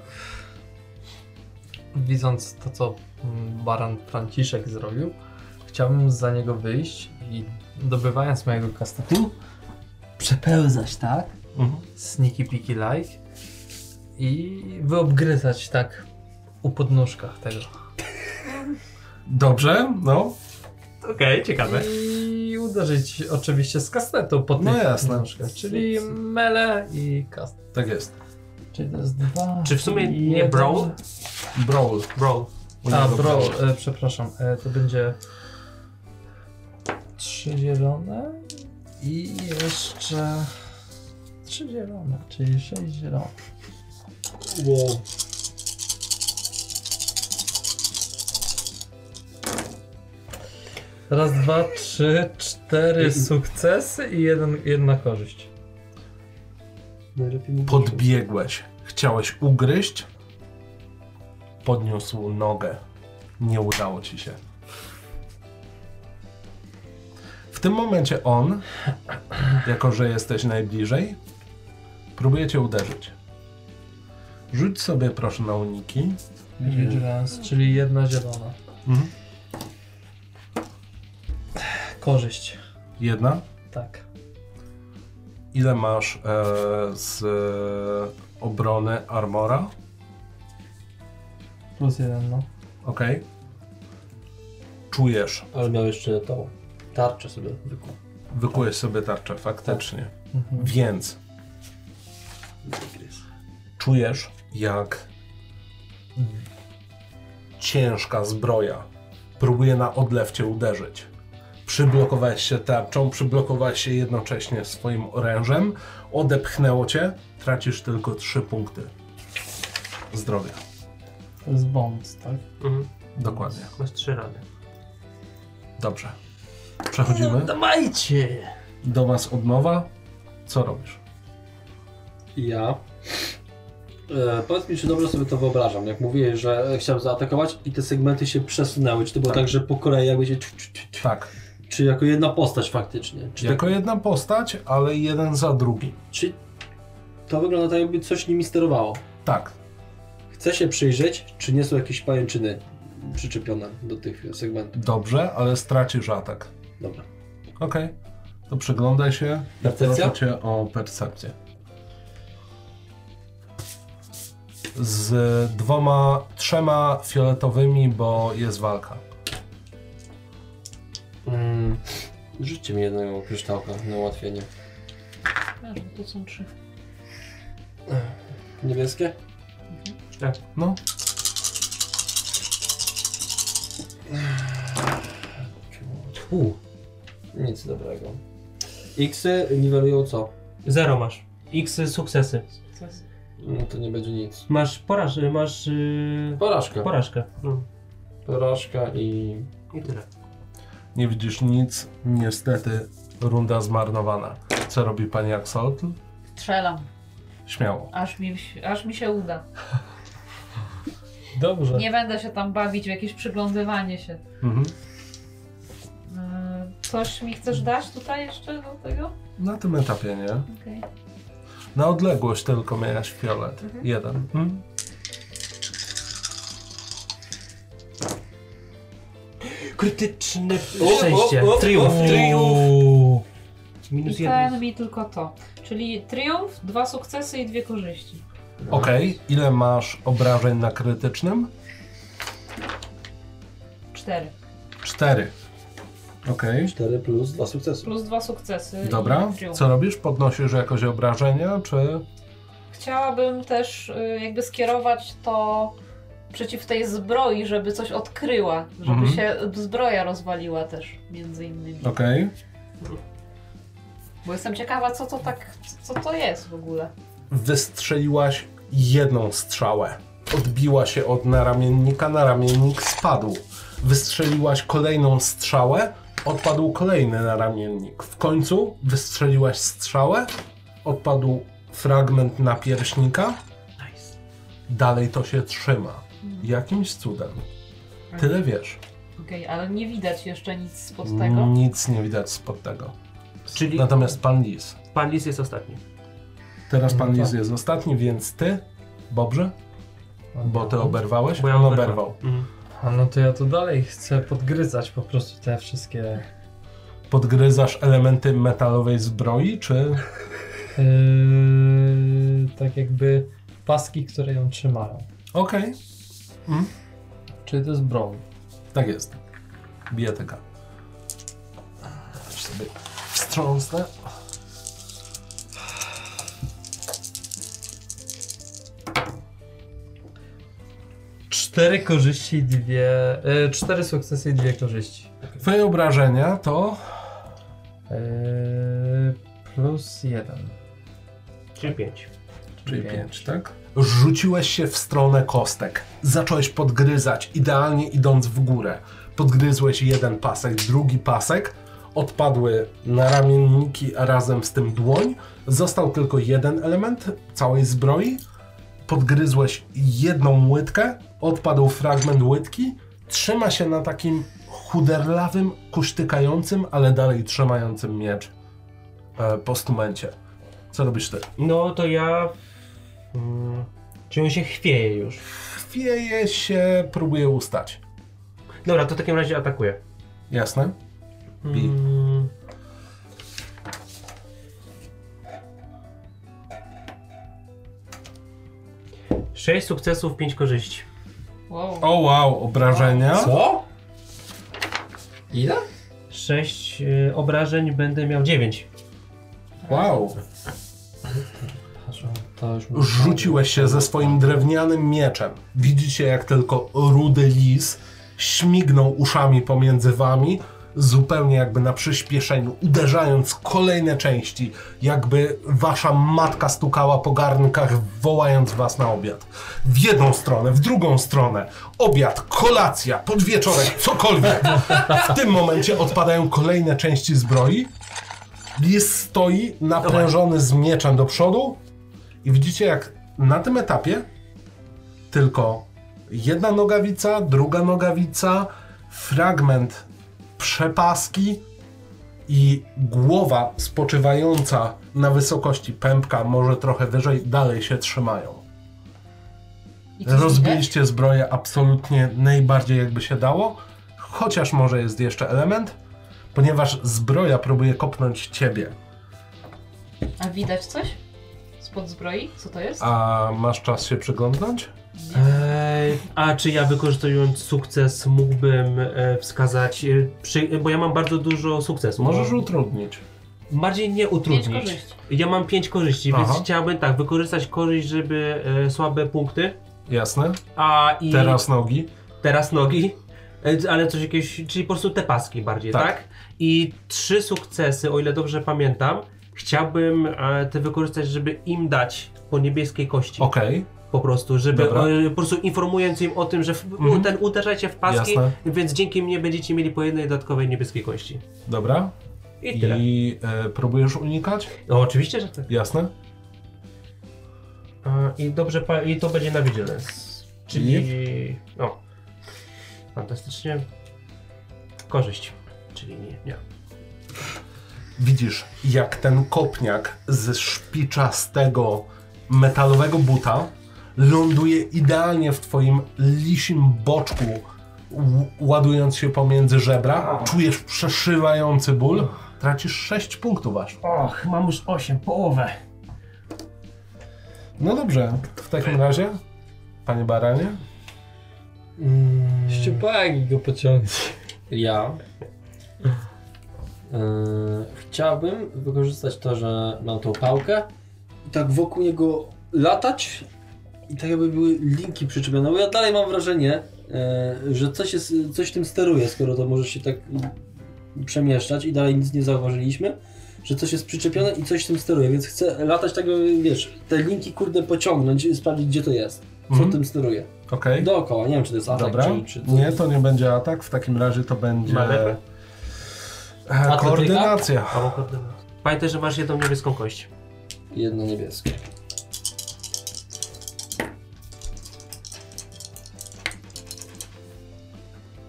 E: widząc to, co baran Franciszek zrobił, chciałbym za niego wyjść i dobywając mojego kastetu, przepełzać, tak? Sneaky peeky like i wyobgryzać tak u podnóżkach tego.
A: Dobrze, no.
C: Okej, ciekawe.
E: I uderzyć oczywiście z kastetu po tych
A: No jasne.
E: podnóżkach, czyli mele i kastet.
A: Tak jest.
E: Czyli to jest 2.
C: Czy w sumie nie brawl?
A: Brawl.
C: Brawl.
E: A, brawl, przepraszam, to będzie 3 zielone i jeszcze 3 zielone, czyli 6 zielonych.
D: Wow.
E: Raz, dwa, trzy, 4 sukcesy i jedna korzyść.
D: Najlepiej mi
A: Podbiegłeś. Chciałeś ugryźć. Podniósł nogę. Nie udało ci się. W tym momencie on, jako że jesteś najbliżej, próbuje cię uderzyć. Rzuć sobie proszę na uniki.
E: Vigilance, czyli jedna zielona.
A: Mhm.
E: Korzyść.
A: Jedna.
E: Tak.
A: Ile masz z obrony armora?
E: +1, no.
A: Okej. Czujesz.
D: Ale miał jeszcze tą tarczę sobie wykuł.
A: Wykułeś sobie tarczę, faktycznie.
E: Mhm.
A: Więc czujesz, jak ciężka zbroja próbuje na odlew cię uderzyć. Przyblokowałeś się tarczą, przyblokowałeś się jednocześnie swoim orężem, odepchnęło cię, tracisz tylko 3 punkty zdrowia.
E: To jest bonus, tak?
C: Mhm.
A: Dokładnie.
C: Masz 3 rany.
A: Dobrze. Przechodzimy.
E: Dawajcie!
A: Do was od nowa. Co robisz?
D: Ja. Powiedz mi, czy dobrze sobie to wyobrażam. Jak mówiłeś, że chciałem zaatakować i te segmenty się przesunęły. Czy to było tak, że po kolei jakby się...
A: Tak.
D: Czy jako jedna postać faktycznie? Czy
A: Jako jedna postać, ale jeden za drugim.
D: Czy to wygląda tak, jakby coś nimi sterowało?
A: Tak.
D: Chcę się przyjrzeć, czy nie są jakieś pajęczyny przyczepione do tych segmentów.
A: Dobrze, ale stracisz atak.
D: Dobra.
A: Okej. To przyglądaj się i
D: Percepcja?
A: proszę cię o percepcję. Z 2, 3 fioletowymi, bo jest walka.
D: Rzućcie mi jednego kryształka na ułatwienie.
B: Aż, bo tu są 3.
D: Niebieskie?
A: No,
D: Nic dobrego. X-y niwelują co?
C: 0 masz. X sukcesy.
D: No to nie będzie nic.
C: Masz masz
D: Porażka.
C: porażkę. No.
D: Porażka i...
C: I tyle.
A: nie widzisz nic. Niestety runda zmarnowana. Co robi pani Axolotl?
B: Strzelam.
A: Śmiało.
B: Aż mi się uda.
E: Dobrze.
B: Nie będę się tam bawić w jakieś przyglądywanie się.
A: Mhm.
B: Coś mi chcesz dać tutaj jeszcze do tego?
A: Na tym etapie nie.
B: Okej.
A: Na odległość tylko miałeś fiolet.
B: Mhm.
A: Jeden. Mhm.
C: Krytyczne
D: O,
C: szczęście.
D: o, o,
C: Triumf.
D: o.
C: Triumf. Minus
B: I
C: 1.
B: ten mi tylko to. Czyli triumf, 2 sukcesy i 2 korzyści.
A: Okej. Ile masz obrażeń na krytycznym?
B: 4.
A: 4. Okej.
D: 4 plus 2 sukcesy.
B: Plus 2 sukcesy.
A: Dobra.
B: I triumf.
A: Co robisz? Podnosisz jakoś obrażenia, czy...
B: Chciałabym też jakby skierować to przeciw tej zbroi, żeby coś odkryła. Żeby
A: Mhm.
B: się zbroja rozwaliła też, między innymi.
A: Okej.
B: Bo jestem ciekawa, co to jest w ogóle.
A: Wystrzeliłaś jedną strzałę. Odbiła się od naramiennika, naramiennik spadł. Wystrzeliłaś kolejną strzałę, odpadł kolejny naramiennik. W końcu wystrzeliłaś strzałę, odpadł fragment napierśnika.
C: Nice.
A: Dalej to się trzyma. Jakimś cudem. Tyle wiesz.
B: Okej, ale nie widać jeszcze nic spod tego.
A: Nic nie widać spod tego.
C: Czyli
A: Natomiast pan Lis.
C: pan Lis jest ostatni.
A: Teraz pan
E: No
A: Lis
E: tak.
A: jest ostatni, więc ty, Bobrze? Bo ty oberwałeś?
C: Bo ja
A: On
C: oberwałem.
A: oberwał.
C: Mhm.
E: A no to ja tu dalej chcę podgryzać po prostu te wszystkie...
A: Podgryzasz elementy metalowej zbroi, czy...
E: tak jakby paski, które ją trzymają.
A: Okej,
E: Czyli to jest broń.
A: tak jest. Bijatyka. Aż sobie wstrząsnę.
E: Cztery korzyści, cztery sukcesy i dwie korzyści.
A: Twoje obrażenia to...
E: Plus jeden.
C: Czyli 5.
A: Czyli 5, tak? Rzuciłeś się w stronę kostek. Zacząłeś podgryzać, idealnie idąc w górę. Podgryzłeś jeden pasek, drugi pasek. Odpadły naramienniki, a razem z tym dłoń. Został tylko jeden element całej zbroi. Podgryzłeś jedną łydkę. Odpadł fragment łydki. Trzyma się na takim chuderlawym, kuśtykającym, ale dalej trzymającym miecz postumencie. Co robisz ty?
C: No to ja... Czy on się chwieje już?
A: Chwieje się, próbuje ustać.
C: Dobra, to w takim razie atakuję.
A: Jasne? Bij.
C: 6 sukcesów, 5 korzyści.
B: Wow.
A: O wow, obrażenia.
D: Co? Ile?
C: 6 obrażeń, będę miał 9.
A: Wow.
E: To już
A: Rzuciłeś się ze swoim drewnianym mieczem. Widzicie, jak tylko rudy lis śmignął uszami pomiędzy wami, zupełnie jakby na przyspieszeniu, uderzając kolejne części, jakby wasza matka stukała po garnkach, wołając was na obiad. W jedną stronę, w drugą stronę. Obiad, kolacja, podwieczorek, cokolwiek. W tym momencie odpadają kolejne części zbroi. Lis stoi naprężony z mieczem do przodu i widzicie, jak na tym etapie tylko jedna nogawica, druga nogawica, fragment przepaski i głowa spoczywająca na wysokości pępka, może trochę wyżej, dalej się trzymają.
B: I coś widać?
A: Rozbiliście zbroję absolutnie najbardziej jakby się dało, chociaż może jest jeszcze element, ponieważ zbroja próbuje kopnąć ciebie.
B: A widać coś? Spod zbroi? Co to jest?
A: A masz czas się przyglądnąć?
C: A czy ja wykorzystując sukces mógłbym wskazać, bo ja mam bardzo dużo sukcesów.
A: Możesz utrudnić.
C: Bardziej nie
B: 5
C: utrudnić.
B: korzyści.
C: Ja mam 5 korzyści,
A: Aha.
C: więc chciałbym tak, wykorzystać korzyść, żeby słabe punkty,
A: Jasne?
C: i
A: Teraz nogi.
C: nogi, ale coś jakieś, czyli po prostu te paski bardziej,
A: Tak.
C: tak? I 3 sukcesy, o ile dobrze pamiętam, chciałbym te wykorzystać, żeby im dać po niebieskiej kości.
A: Okej,
C: Po prostu, żeby
A: Dobra.
C: po prostu informując im o tym, że ten uderzajcie w paski,
A: Jasne.
C: więc dzięki mnie będziecie mieli po jednej dodatkowej niebieskiej kości.
A: dobra.
C: I tyle.
A: I próbujesz unikać?
C: No oczywiście, że tak.
A: Jasne?
C: I dobrze, i to będzie na vigilance. Czyli... O. Fantastycznie. Korzyść. Czyli nie.
A: Widzisz, jak ten kopniak ze szpiczastego metalowego buta ląduje idealnie w twoim lisim boczku, ładując się pomiędzy żebra. Czujesz przeszywający ból. Tracisz 6 punktów aż.
C: Och, mam już 8, połowę.
A: No dobrze, w takim razie, panie baranie,
E: Ściupaki go pociągnąć.
D: Ja chciałbym wykorzystać to, że mam tą pałkę i tak wokół niego latać i tak jakby były linki przyczepione, bo ja dalej mam wrażenie, że coś tym steruje, skoro to może się tak przemieszczać i dalej nic nie zauważyliśmy, że coś jest przyczepione i coś tym steruje, więc chcę latać tak, jakby, wiesz, te linki kurde pociągnąć i sprawdzić, gdzie to jest, co tym steruje.
A: okej.
D: Dookoła, nie wiem, czy to jest atak,
A: Dobra,
D: czy
A: nie, to nie będzie atak, w takim razie to będzie
C: Manewr?
A: koordynacja.
C: Albo koordynat. Pamiętaj, że masz jedną niebieską kość.
D: jedno niebieskie.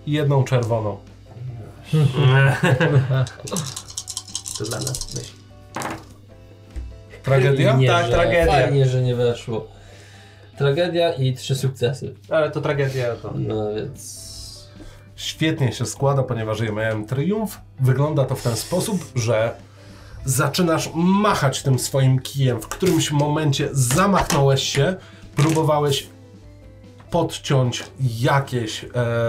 A: i jedną czerwoną.
C: To dla nas, myśl.
A: Tragedia?
E: Nie,
C: Tak,
E: że
C: tragedia.
E: Fajnie, że nie weszło. Tragedia i 3 sukcesy.
C: Ale to tragedia to...
E: No więc...
A: Świetnie się składa, ponieważ ja miałem triumf. Wygląda to w ten sposób, że zaczynasz machać tym swoim kijem. W którymś momencie zamachnąłeś się, próbowałeś podciąć jakieś...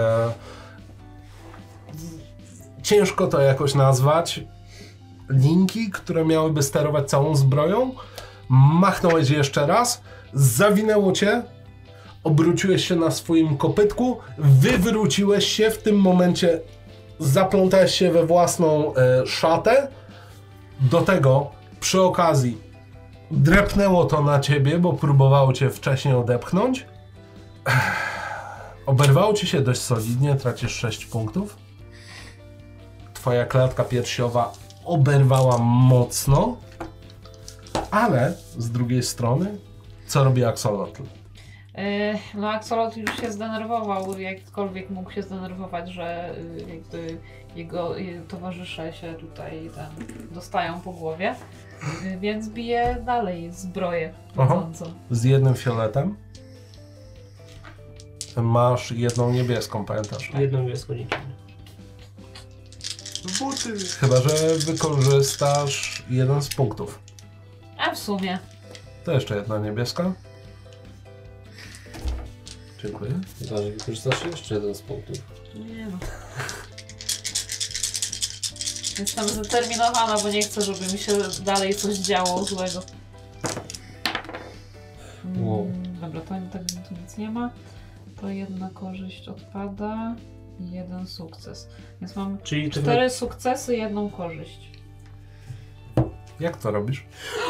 A: ciężko to jakoś nazwać. Linki, które miałyby sterować całą zbroją. Machnąłeś jeszcze raz, zawinęło cię, obróciłeś się na swoim kopytku, wywróciłeś się, w tym momencie zaplątałeś się we własną szatę. Do tego przy okazji drepnęło to na ciebie, bo próbowało cię wcześniej odepchnąć. Oberwało ci się dość solidnie, tracisz 6 punktów. Twoja klatka piersiowa oberwała mocno, ale z drugiej strony, co robi Axolotl?
B: No Axolotl już się zdenerwował, jakkolwiek mógł się zdenerwować, że jakby jego towarzysze się tutaj dostają po głowie, więc bije dalej zbroję chodzącą.
A: Z jednym fioletem. Masz jedną niebieską, pamiętasz?
C: Jedną niebieską nikiem.
A: Buty. Chyba że wykorzystasz jeden z punktów.
B: A w sumie.
A: To jeszcze jedna niebieska. Dziękuję.
D: Chyba, że wykorzystasz jeszcze jeden z punktów.
B: Nie no. Jestem zdeterminowana, bo nie chcę, żeby mi się dalej coś działo złego.
D: Wow.
B: Dobra, to nic nie ma. To jedna korzyść odpada i jeden sukces. Więc mam
C: Czyli
B: 4 sukcesy, jedną korzyść.
A: Jak to robisz?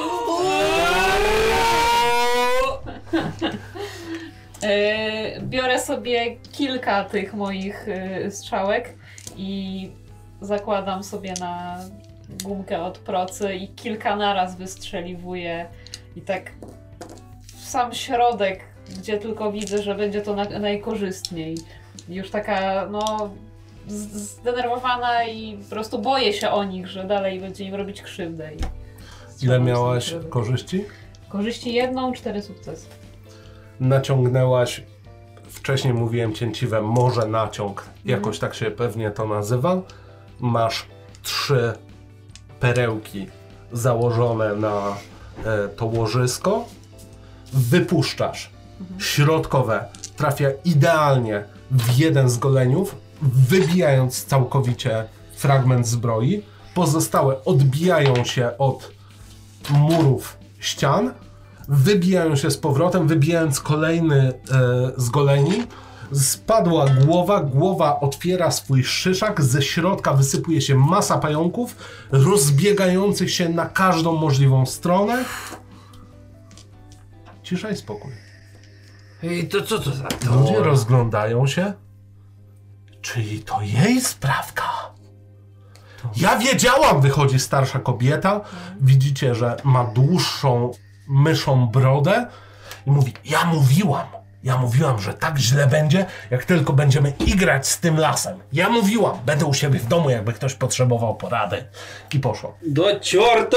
B: Biorę sobie kilka tych moich strzałek i zakładam sobie na gumkę od procy i kilka naraz wystrzeliwuję i tak w sam środek, gdzie tylko widzę, że będzie to najkorzystniej. Już taka, no, zdenerwowana i po prostu boję się o nich, że dalej będzie im robić krzywdę.
A: Ile miałaś korzyści?
B: Korzyści jedną, 4 sukcesy.
A: Naciągnęłaś, wcześniej mówiłem cięciwe, może naciąg, jakoś tak się pewnie to nazywa. Masz 3 perełki założone na to łożysko. Wypuszczasz. Środkowe trafia idealnie w jeden z goleniów, wybijając całkowicie fragment zbroi. Pozostałe odbijają się od murów ścian, wybijają się z powrotem, wybijając kolejny z goleni. Spadła głowa otwiera swój szyszak, ze środka wysypuje się masa pająków, rozbiegających się na każdą możliwą stronę. Cisza i spokój.
E: I to co to za
A: Ludzie rozglądają się. Czyli to jej sprawka. Ja wiedziałam, wychodzi starsza kobieta. Widzicie, że ma dłuższą myszą brodę i mówi, ja mówiłam, że tak źle będzie, jak tylko będziemy igrać z tym lasem. Ja mówiłam, będę u siebie w domu, jakby ktoś potrzebował porady. I poszło.
D: Do ciorta,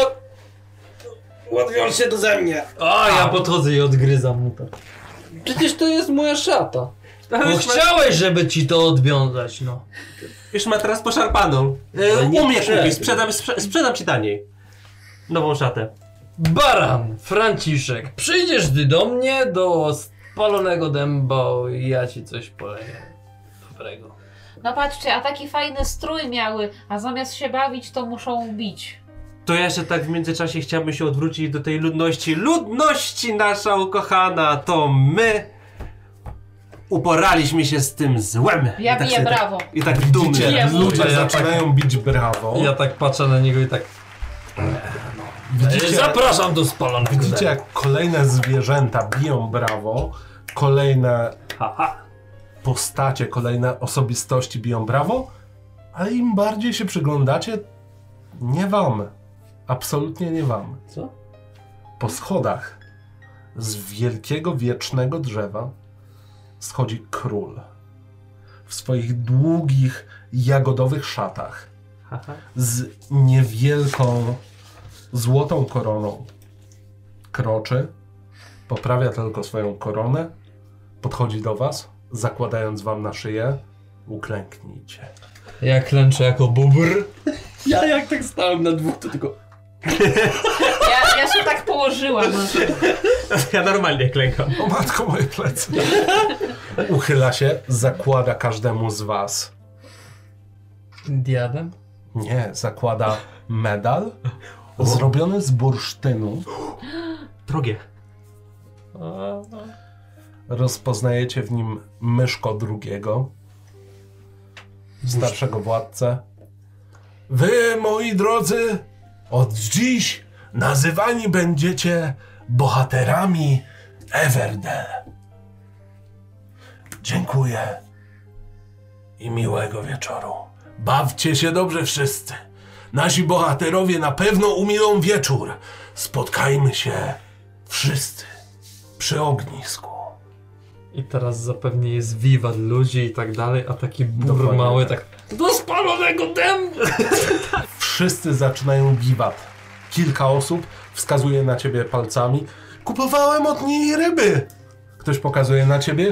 D: odwiąż się ze mnie.
E: A, ja podchodzę i odgryzam mu to. Przecież to jest moja szata. No chciałeś, żeby ci to odwiązać, no.
C: Już ma teraz poszarpaną.
D: nie
C: U mnie
D: chcę.
C: kupisz, sprzedam ci taniej. Nową szatę.
E: Baran, Franciszek, przyjdziesz ty do mnie, do spalonego dęba i ja ci coś poleję dobrego.
B: No patrzcie, a taki fajny strój miały, a zamiast się bawić, to muszą bić.
C: To ja jeszcze tak w międzyczasie chciałbym się odwrócić do tej ludności. Ludności nasza ukochana, to my uporaliśmy się z tym złem.
B: Ja
C: I tak
B: biję
C: sobie
B: brawo.
C: I tak dumnie.
A: Widzicie, ludzie
E: Ja
A: zaczynają bić brawo.
E: Ja tak patrzę na niego i tak...
A: Widzicie,
E: Zapraszam do spalonego
A: widzicie,
E: dęba.
A: jak kolejne zwierzęta biją brawo, kolejne
C: Haha.
A: postacie, kolejne osobistości biją brawo, ale im bardziej się przyglądacie, nie wam. Absolutnie nie wam.
D: Co?
A: Po schodach z wielkiego, wiecznego drzewa schodzi król. w swoich długich, jagodowych szatach,
C: Haha.
A: z niewielką, złotą koroną. Kroczy, poprawia tylko swoją koronę, podchodzi do was, zakładając wam na szyję. Uklęknijcie.
E: Ja klęczę jako bubr.
D: Ja jak tak stałem na dwóch, to tylko...
B: Ja się tak położyłam.
C: Ja normalnie klękam.
A: O matko, moje plecy. Uchyla się, zakłada każdemu z was.
E: Diadem?
A: Nie, zakłada medal zrobiony z bursztynu.
C: Drogie.
A: Rozpoznajecie w nim Myszko II, starszego władcę. Wy, moi drodzy, od dziś nazywani będziecie bohaterami Everdell. Dziękuję i miłego wieczoru. Bawcie się dobrze wszyscy. Nasi bohaterowie na pewno umilą wieczór. Spotkajmy się wszyscy przy ognisku.
E: I teraz zapewne jest wiwat ludzi i tak dalej, a taki bubr
A: Dokładnie
E: mały
A: tak.
E: tak do spalonego dębu!
A: Wszyscy zaczynają wiwat. Kilka osób wskazuje na ciebie palcami. Kupowałem od niej ryby. Ktoś pokazuje na ciebie.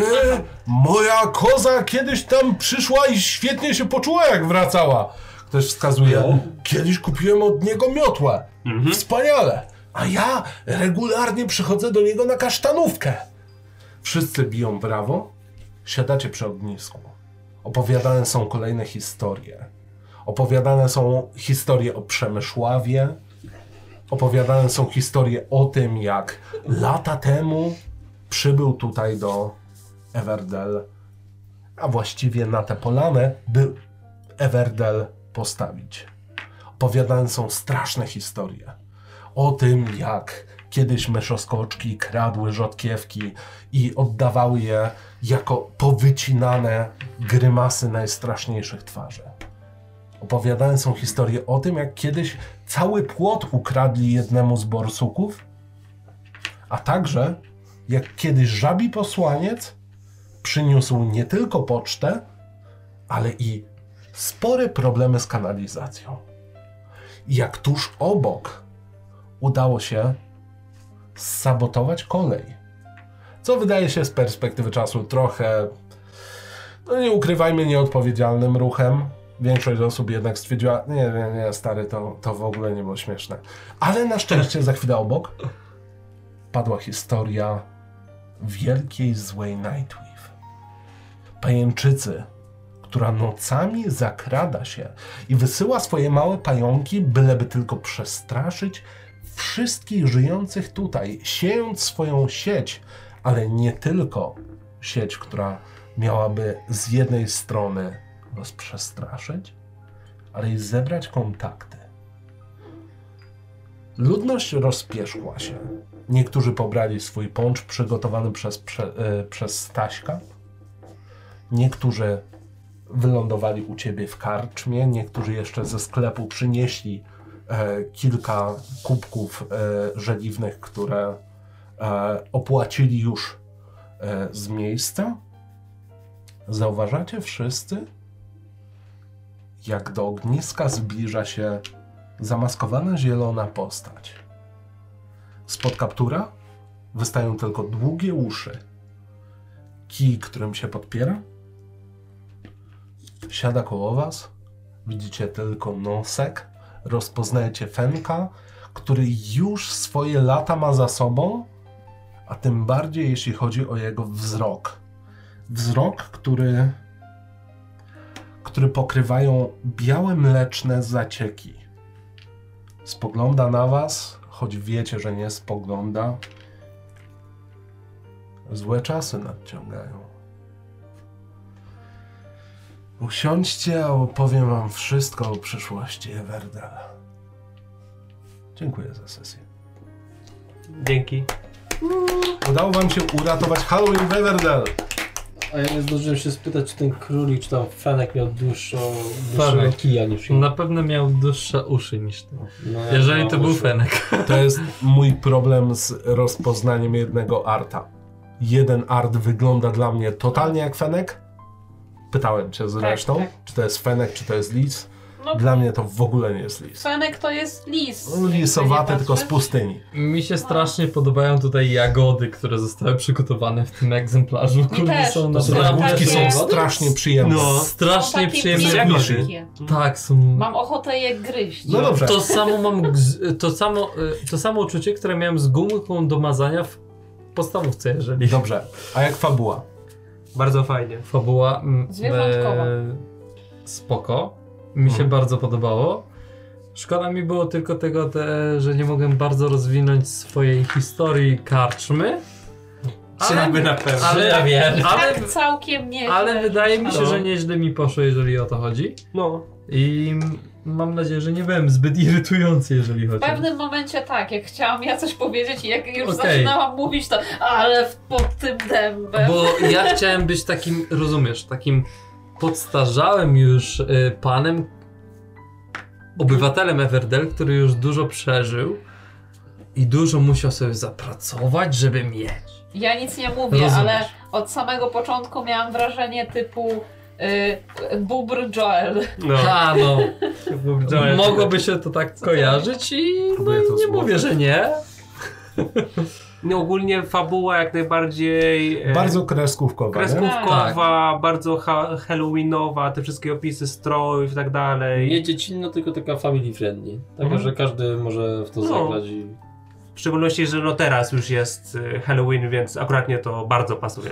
A: Moja koza kiedyś tam przyszła i świetnie się poczuła, jak wracała. Ktoś wskazuje. Kiedyś kupiłem od niego miotłę. Wspaniale. A ja regularnie przychodzę do niego na kasztanówkę. Wszyscy biją brawo. Siadacie przy ognisku. Opowiadane są kolejne historie. Opowiadane są historie o Przemysławie. Opowiadane są historie o tym, jak lata temu przybył tutaj do Everdell, a właściwie na tę polanę, by Everdell postawić. Opowiadane są straszne historie o tym, jak kiedyś myszoskoczki kradły rzodkiewki i oddawały je jako powycinane grymasy najstraszniejszych twarzy. Opowiadane są historie o tym, jak kiedyś cały płot ukradli jednemu z borsuków, a także jak kiedyś żabi posłaniec przyniósł nie tylko pocztę, ale i spore problemy z kanalizacją. I jak tuż obok udało się sabotować kolej. Co wydaje się z perspektywy czasu trochę, no nie ukrywajmy, nieodpowiedzialnym ruchem. Większość osób jednak stwierdziła, nie, stary, to w ogóle nie było śmieszne. Ale na szczęście za chwilę obok padła historia wielkiej, złej Nightwave. Pajęczycy, która nocami zakrada się i wysyła swoje małe pająki, byleby tylko przestraszyć wszystkich żyjących tutaj, siejąc swoją sieć, ale nie tylko sieć, która miałaby z jednej strony was przestraszyć, ale i zebrać kontakty. Ludność rozpieszkła się. Niektórzy pobrali swój poncz przygotowany przez Staśka. Niektórzy wylądowali u ciebie w karczmie. Niektórzy jeszcze ze sklepu przynieśli kilka kubków żeliwnych, które opłacili już z miejsca. Zauważacie wszyscy, jak do ogniska zbliża się zamaskowana zielona postać. Spod kaptura wystają tylko długie uszy. Kij, którym się podpiera, siada koło was. Widzicie tylko nosek. Rozpoznajecie Fenka, który już swoje lata ma za sobą, a tym bardziej jeśli chodzi o jego wzrok. Wzrok, który pokrywają białe mleczne zacieki. Spogląda na was, choć wiecie, że nie spogląda. Złe czasy nadciągają. Usiądźcie, a opowiem wam wszystko o przyszłości Everdell. Dziękuję za sesję.
C: Dzięki.
A: Udało wam się uratować Halloween w Everdell.
D: A ja nie zdążyłem się spytać, czy ten królik, czy tam Fenek miał dłuższego
E: Fenek.
D: kija niż
E: Na pewno miał dłuższe uszy niż ty.
D: No,
E: Jeżeli to był Fenek.
A: To jest mój problem z rozpoznaniem jednego arta. Jeden art wygląda dla mnie totalnie jak Fenek, Pytałem cię zresztą,
B: tak.
A: czy to jest fenek, czy to jest lis.
B: No,
A: Dla mnie to w ogóle nie jest lis.
B: fenek to jest lis.
A: Lisowaty,
B: jakby nie
A: tylko z
B: patrzeć.
A: pustyni.
E: Mi się strasznie podobają tutaj jagody, które zostały przygotowane w tym egzemplarzu, które
B: też.
E: są
B: To
A: Te
E: naprawdę
A: jagódki są
B: takie-
A: strasznie przyjemne.
C: No.
E: strasznie
B: takie
E: przyjemne.
B: miękkie.
E: Tak, są...
B: Mam ochotę je gryźć.
A: No dobrze.
E: To samo mam, to samo uczucie, które miałem z gumką do mazania w podstawówce, jeżeli
A: Dobrze. A jak fabuła?
C: Bardzo fajnie.
E: fabuła
B: Zwierzątkowa.
E: spoko, mi się bardzo podobało. Szkoda mi było tylko tego, że nie mogłem bardzo rozwinąć swojej historii karczmy.
C: Chciałby na pewno.
E: Ale ja wiem,
B: Tak całkiem nie.
E: ale wydaje mi się,
C: No.
E: że nieźle mi poszło, jeżeli o to chodzi.
C: No.
E: I mam nadzieję, że nie byłem zbyt irytujący, jeżeli
B: W
E: chodzi.
B: pewnym momencie tak, jak chciałam ja coś powiedzieć i jak już
E: Okej.
B: zaczynałam mówić, to ale pod tym dębem.
E: Bo ja chciałem być takim, rozumiesz, takim podstarzałym już panem, obywatelem Everdell, który już dużo przeżył i dużo musiał sobie zapracować, żeby mieć.
B: Ja nic nie mówię,
E: Rozumiesz.
B: ale od samego początku miałam wrażenie typu Bubr Joel.
C: No.
E: A no,
C: Joel.
E: mogłoby się to tak kojarzyć i no,
A: Próbuję to
E: nie
A: złożyć.
E: mówię, że nie.
C: No, ogólnie fabuła jak najbardziej
A: Bardzo kreskówkowa, nie?
C: kreskówkowa, bardzo halloweenowa, te wszystkie opisy strojów i tak dalej.
D: Nie dziecinna, tylko taka family friendly. Taka,
C: Mhm.
D: że każdy może w to
C: No.
D: zagrać i...
C: W szczególności, że no teraz już jest Halloween, więc akuratnie to bardzo pasuje.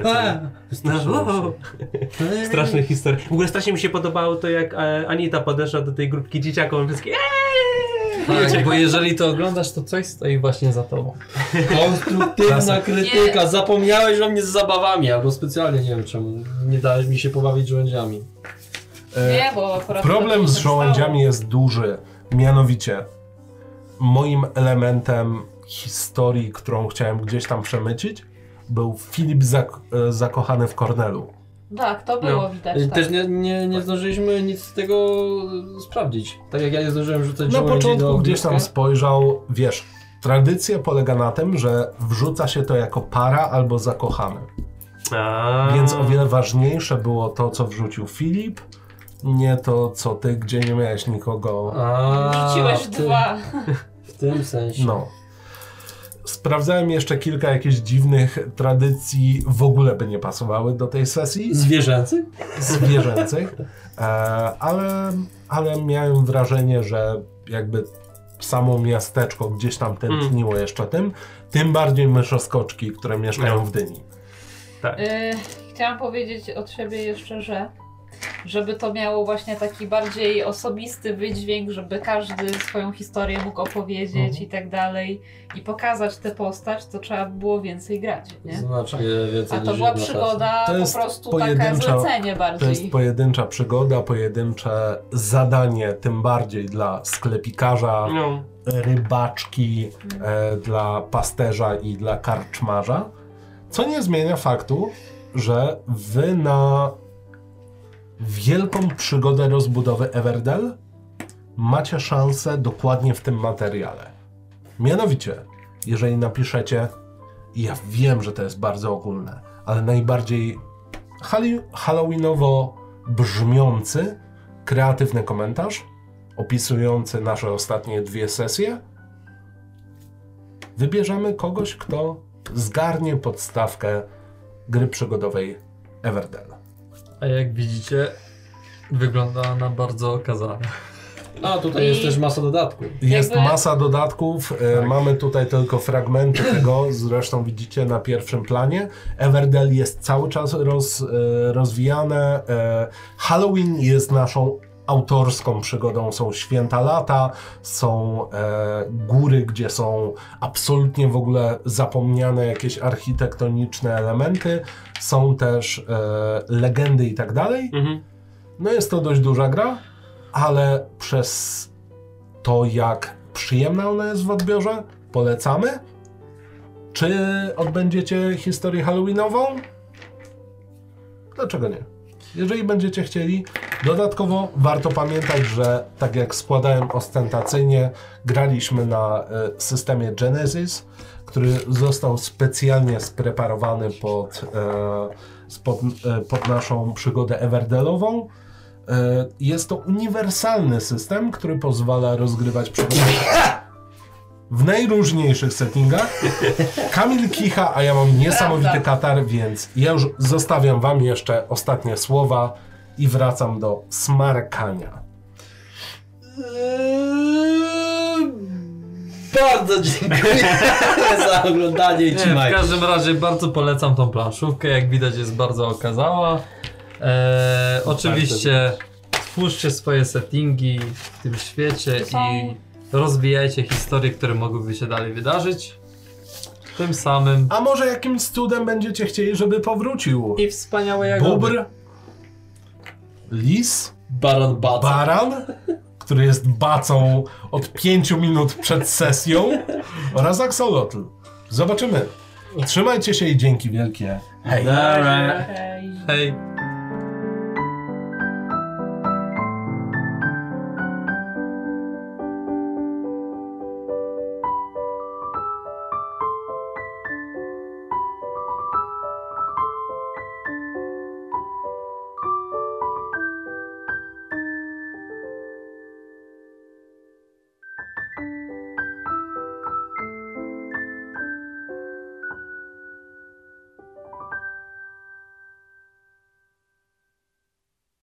C: No, straszne historie. W ogóle strasznie mi się podobało to, jak Anita podeszła do tej grupki dzieciaków, wszystkie
E: Tak, bo jeżeli to oglądasz, to coś stoi właśnie za tobą.
D: Konstruktywna krytyka, zapomniałeś o mnie z zabawami, albo specjalnie, nie wiem czemu, nie dałeś mi się pobawić żołędziami.
B: Nie, bo akurat
A: Problem
B: to
A: z
B: się
A: żołędziami
B: stało.
A: jest duży. Mianowicie, moim elementem historii, którą chciałem gdzieś tam przemycić, był Filip zakochany w Cornelu.
B: Tak, to było
C: No.
B: widać. Tak.
D: Też nie zdążyliśmy nic z tego sprawdzić. Tak jak ja nie zdążyłem rzucać
A: Na
D: żołędzi
A: początku
D: do
A: gdzieś tam
D: ogniska.
A: spojrzał, wiesz, tradycja polega na tym, że wrzuca się to jako para albo zakochany. Więc o wiele ważniejsze było to, co wrzucił Filip, nie to, co ty, gdzie nie miałeś nikogo.
B: Rzuciłeś dwa.
D: W tym sensie.
A: No. Sprawdzałem jeszcze kilka jakichś dziwnych tradycji, w ogóle by nie pasowały do tej sesji
D: Zwierzęcy?
A: zwierzęcych, ale miałem wrażenie, że jakby samo miasteczko gdzieś tam tętniło jeszcze tym bardziej myszoskoczki, które mieszkają w Dyni.
B: Chciałam powiedzieć od siebie jeszcze, że żeby to miało właśnie taki bardziej osobisty wydźwięk, żeby każdy swoją historię mógł opowiedzieć i tak dalej i pokazać tę postać, to trzeba było więcej grać, nie?
D: Znacznie więcej
B: A to
D: niż
B: była
D: jedna
B: przygoda
A: To
B: po
A: jest
B: prostu taka
A: pojedyncza-
B: zlecenie
A: To
B: bardziej.
A: jest pojedyncza przygoda, pojedyncze zadanie, tym bardziej dla sklepikarza,
C: No.
A: rybaczki, dla pasterza i dla karczmarza, co nie zmienia faktu, że wy na wielką przygodę rozbudowy Everdell macie szansę dokładnie w tym materiale. Mianowicie, jeżeli napiszecie, i ja wiem, że to jest bardzo ogólne, ale najbardziej halloweenowo brzmiący, kreatywny komentarz opisujący nasze ostatnie 2 sesje, wybierzemy kogoś, kto zgarnie podstawkę gry przygodowej Everdell.
E: A jak widzicie, wygląda ona bardzo okazale.
D: A tutaj jest też masa dodatków.
A: Jest
B: Jakby-
A: masa dodatków, mamy tutaj tylko fragmenty tego, zresztą widzicie na pierwszym planie. Everdell jest cały czas rozwijane. Halloween jest naszą autorską przygodą, są święta lata, są góry, gdzie są absolutnie w ogóle zapomniane jakieś architektoniczne elementy, są też legendy i tak dalej.
C: Mhm.
A: No jest to dość duża gra, ale przez to, jak przyjemna ona jest w odbiorze, polecamy. Czy odbędziecie historię halloweenową? Dlaczego nie? Jeżeli będziecie chcieli. Dodatkowo warto pamiętać, że tak jak składałem ostentacyjnie, graliśmy na systemie Genesis, który został specjalnie spreparowany pod pod naszą przygodę Everdelową. Jest to uniwersalny system, który pozwala rozgrywać przygody w najróżniejszych settingach. Kamil kicha, a ja mam niesamowity katar, więc ja już zostawiam wam jeszcze ostatnie słowa i wracam do smarkania.
D: Bardzo dziękuję za oglądanie i
E: Nie, w
D: trzymajcie.
E: każdym razie bardzo polecam tą planszówkę, jak widać jest bardzo okazała. Oczywiście twórzcie swoje settingi w tym świecie i rozwijajcie historie, które mogłyby się dalej wydarzyć. Tym samym
A: A może jakimś cudem będziecie chcieli, żeby powrócił
E: i wspaniałe jagody.
A: bóbr, lis,
D: Baron Baca.
A: baran, który jest bacą od 5 minut przed sesją, oraz axolotl. Zobaczymy. Trzymajcie się i dzięki wielkie. Hej!
D: Dobra.
B: Hej.
E: Hej.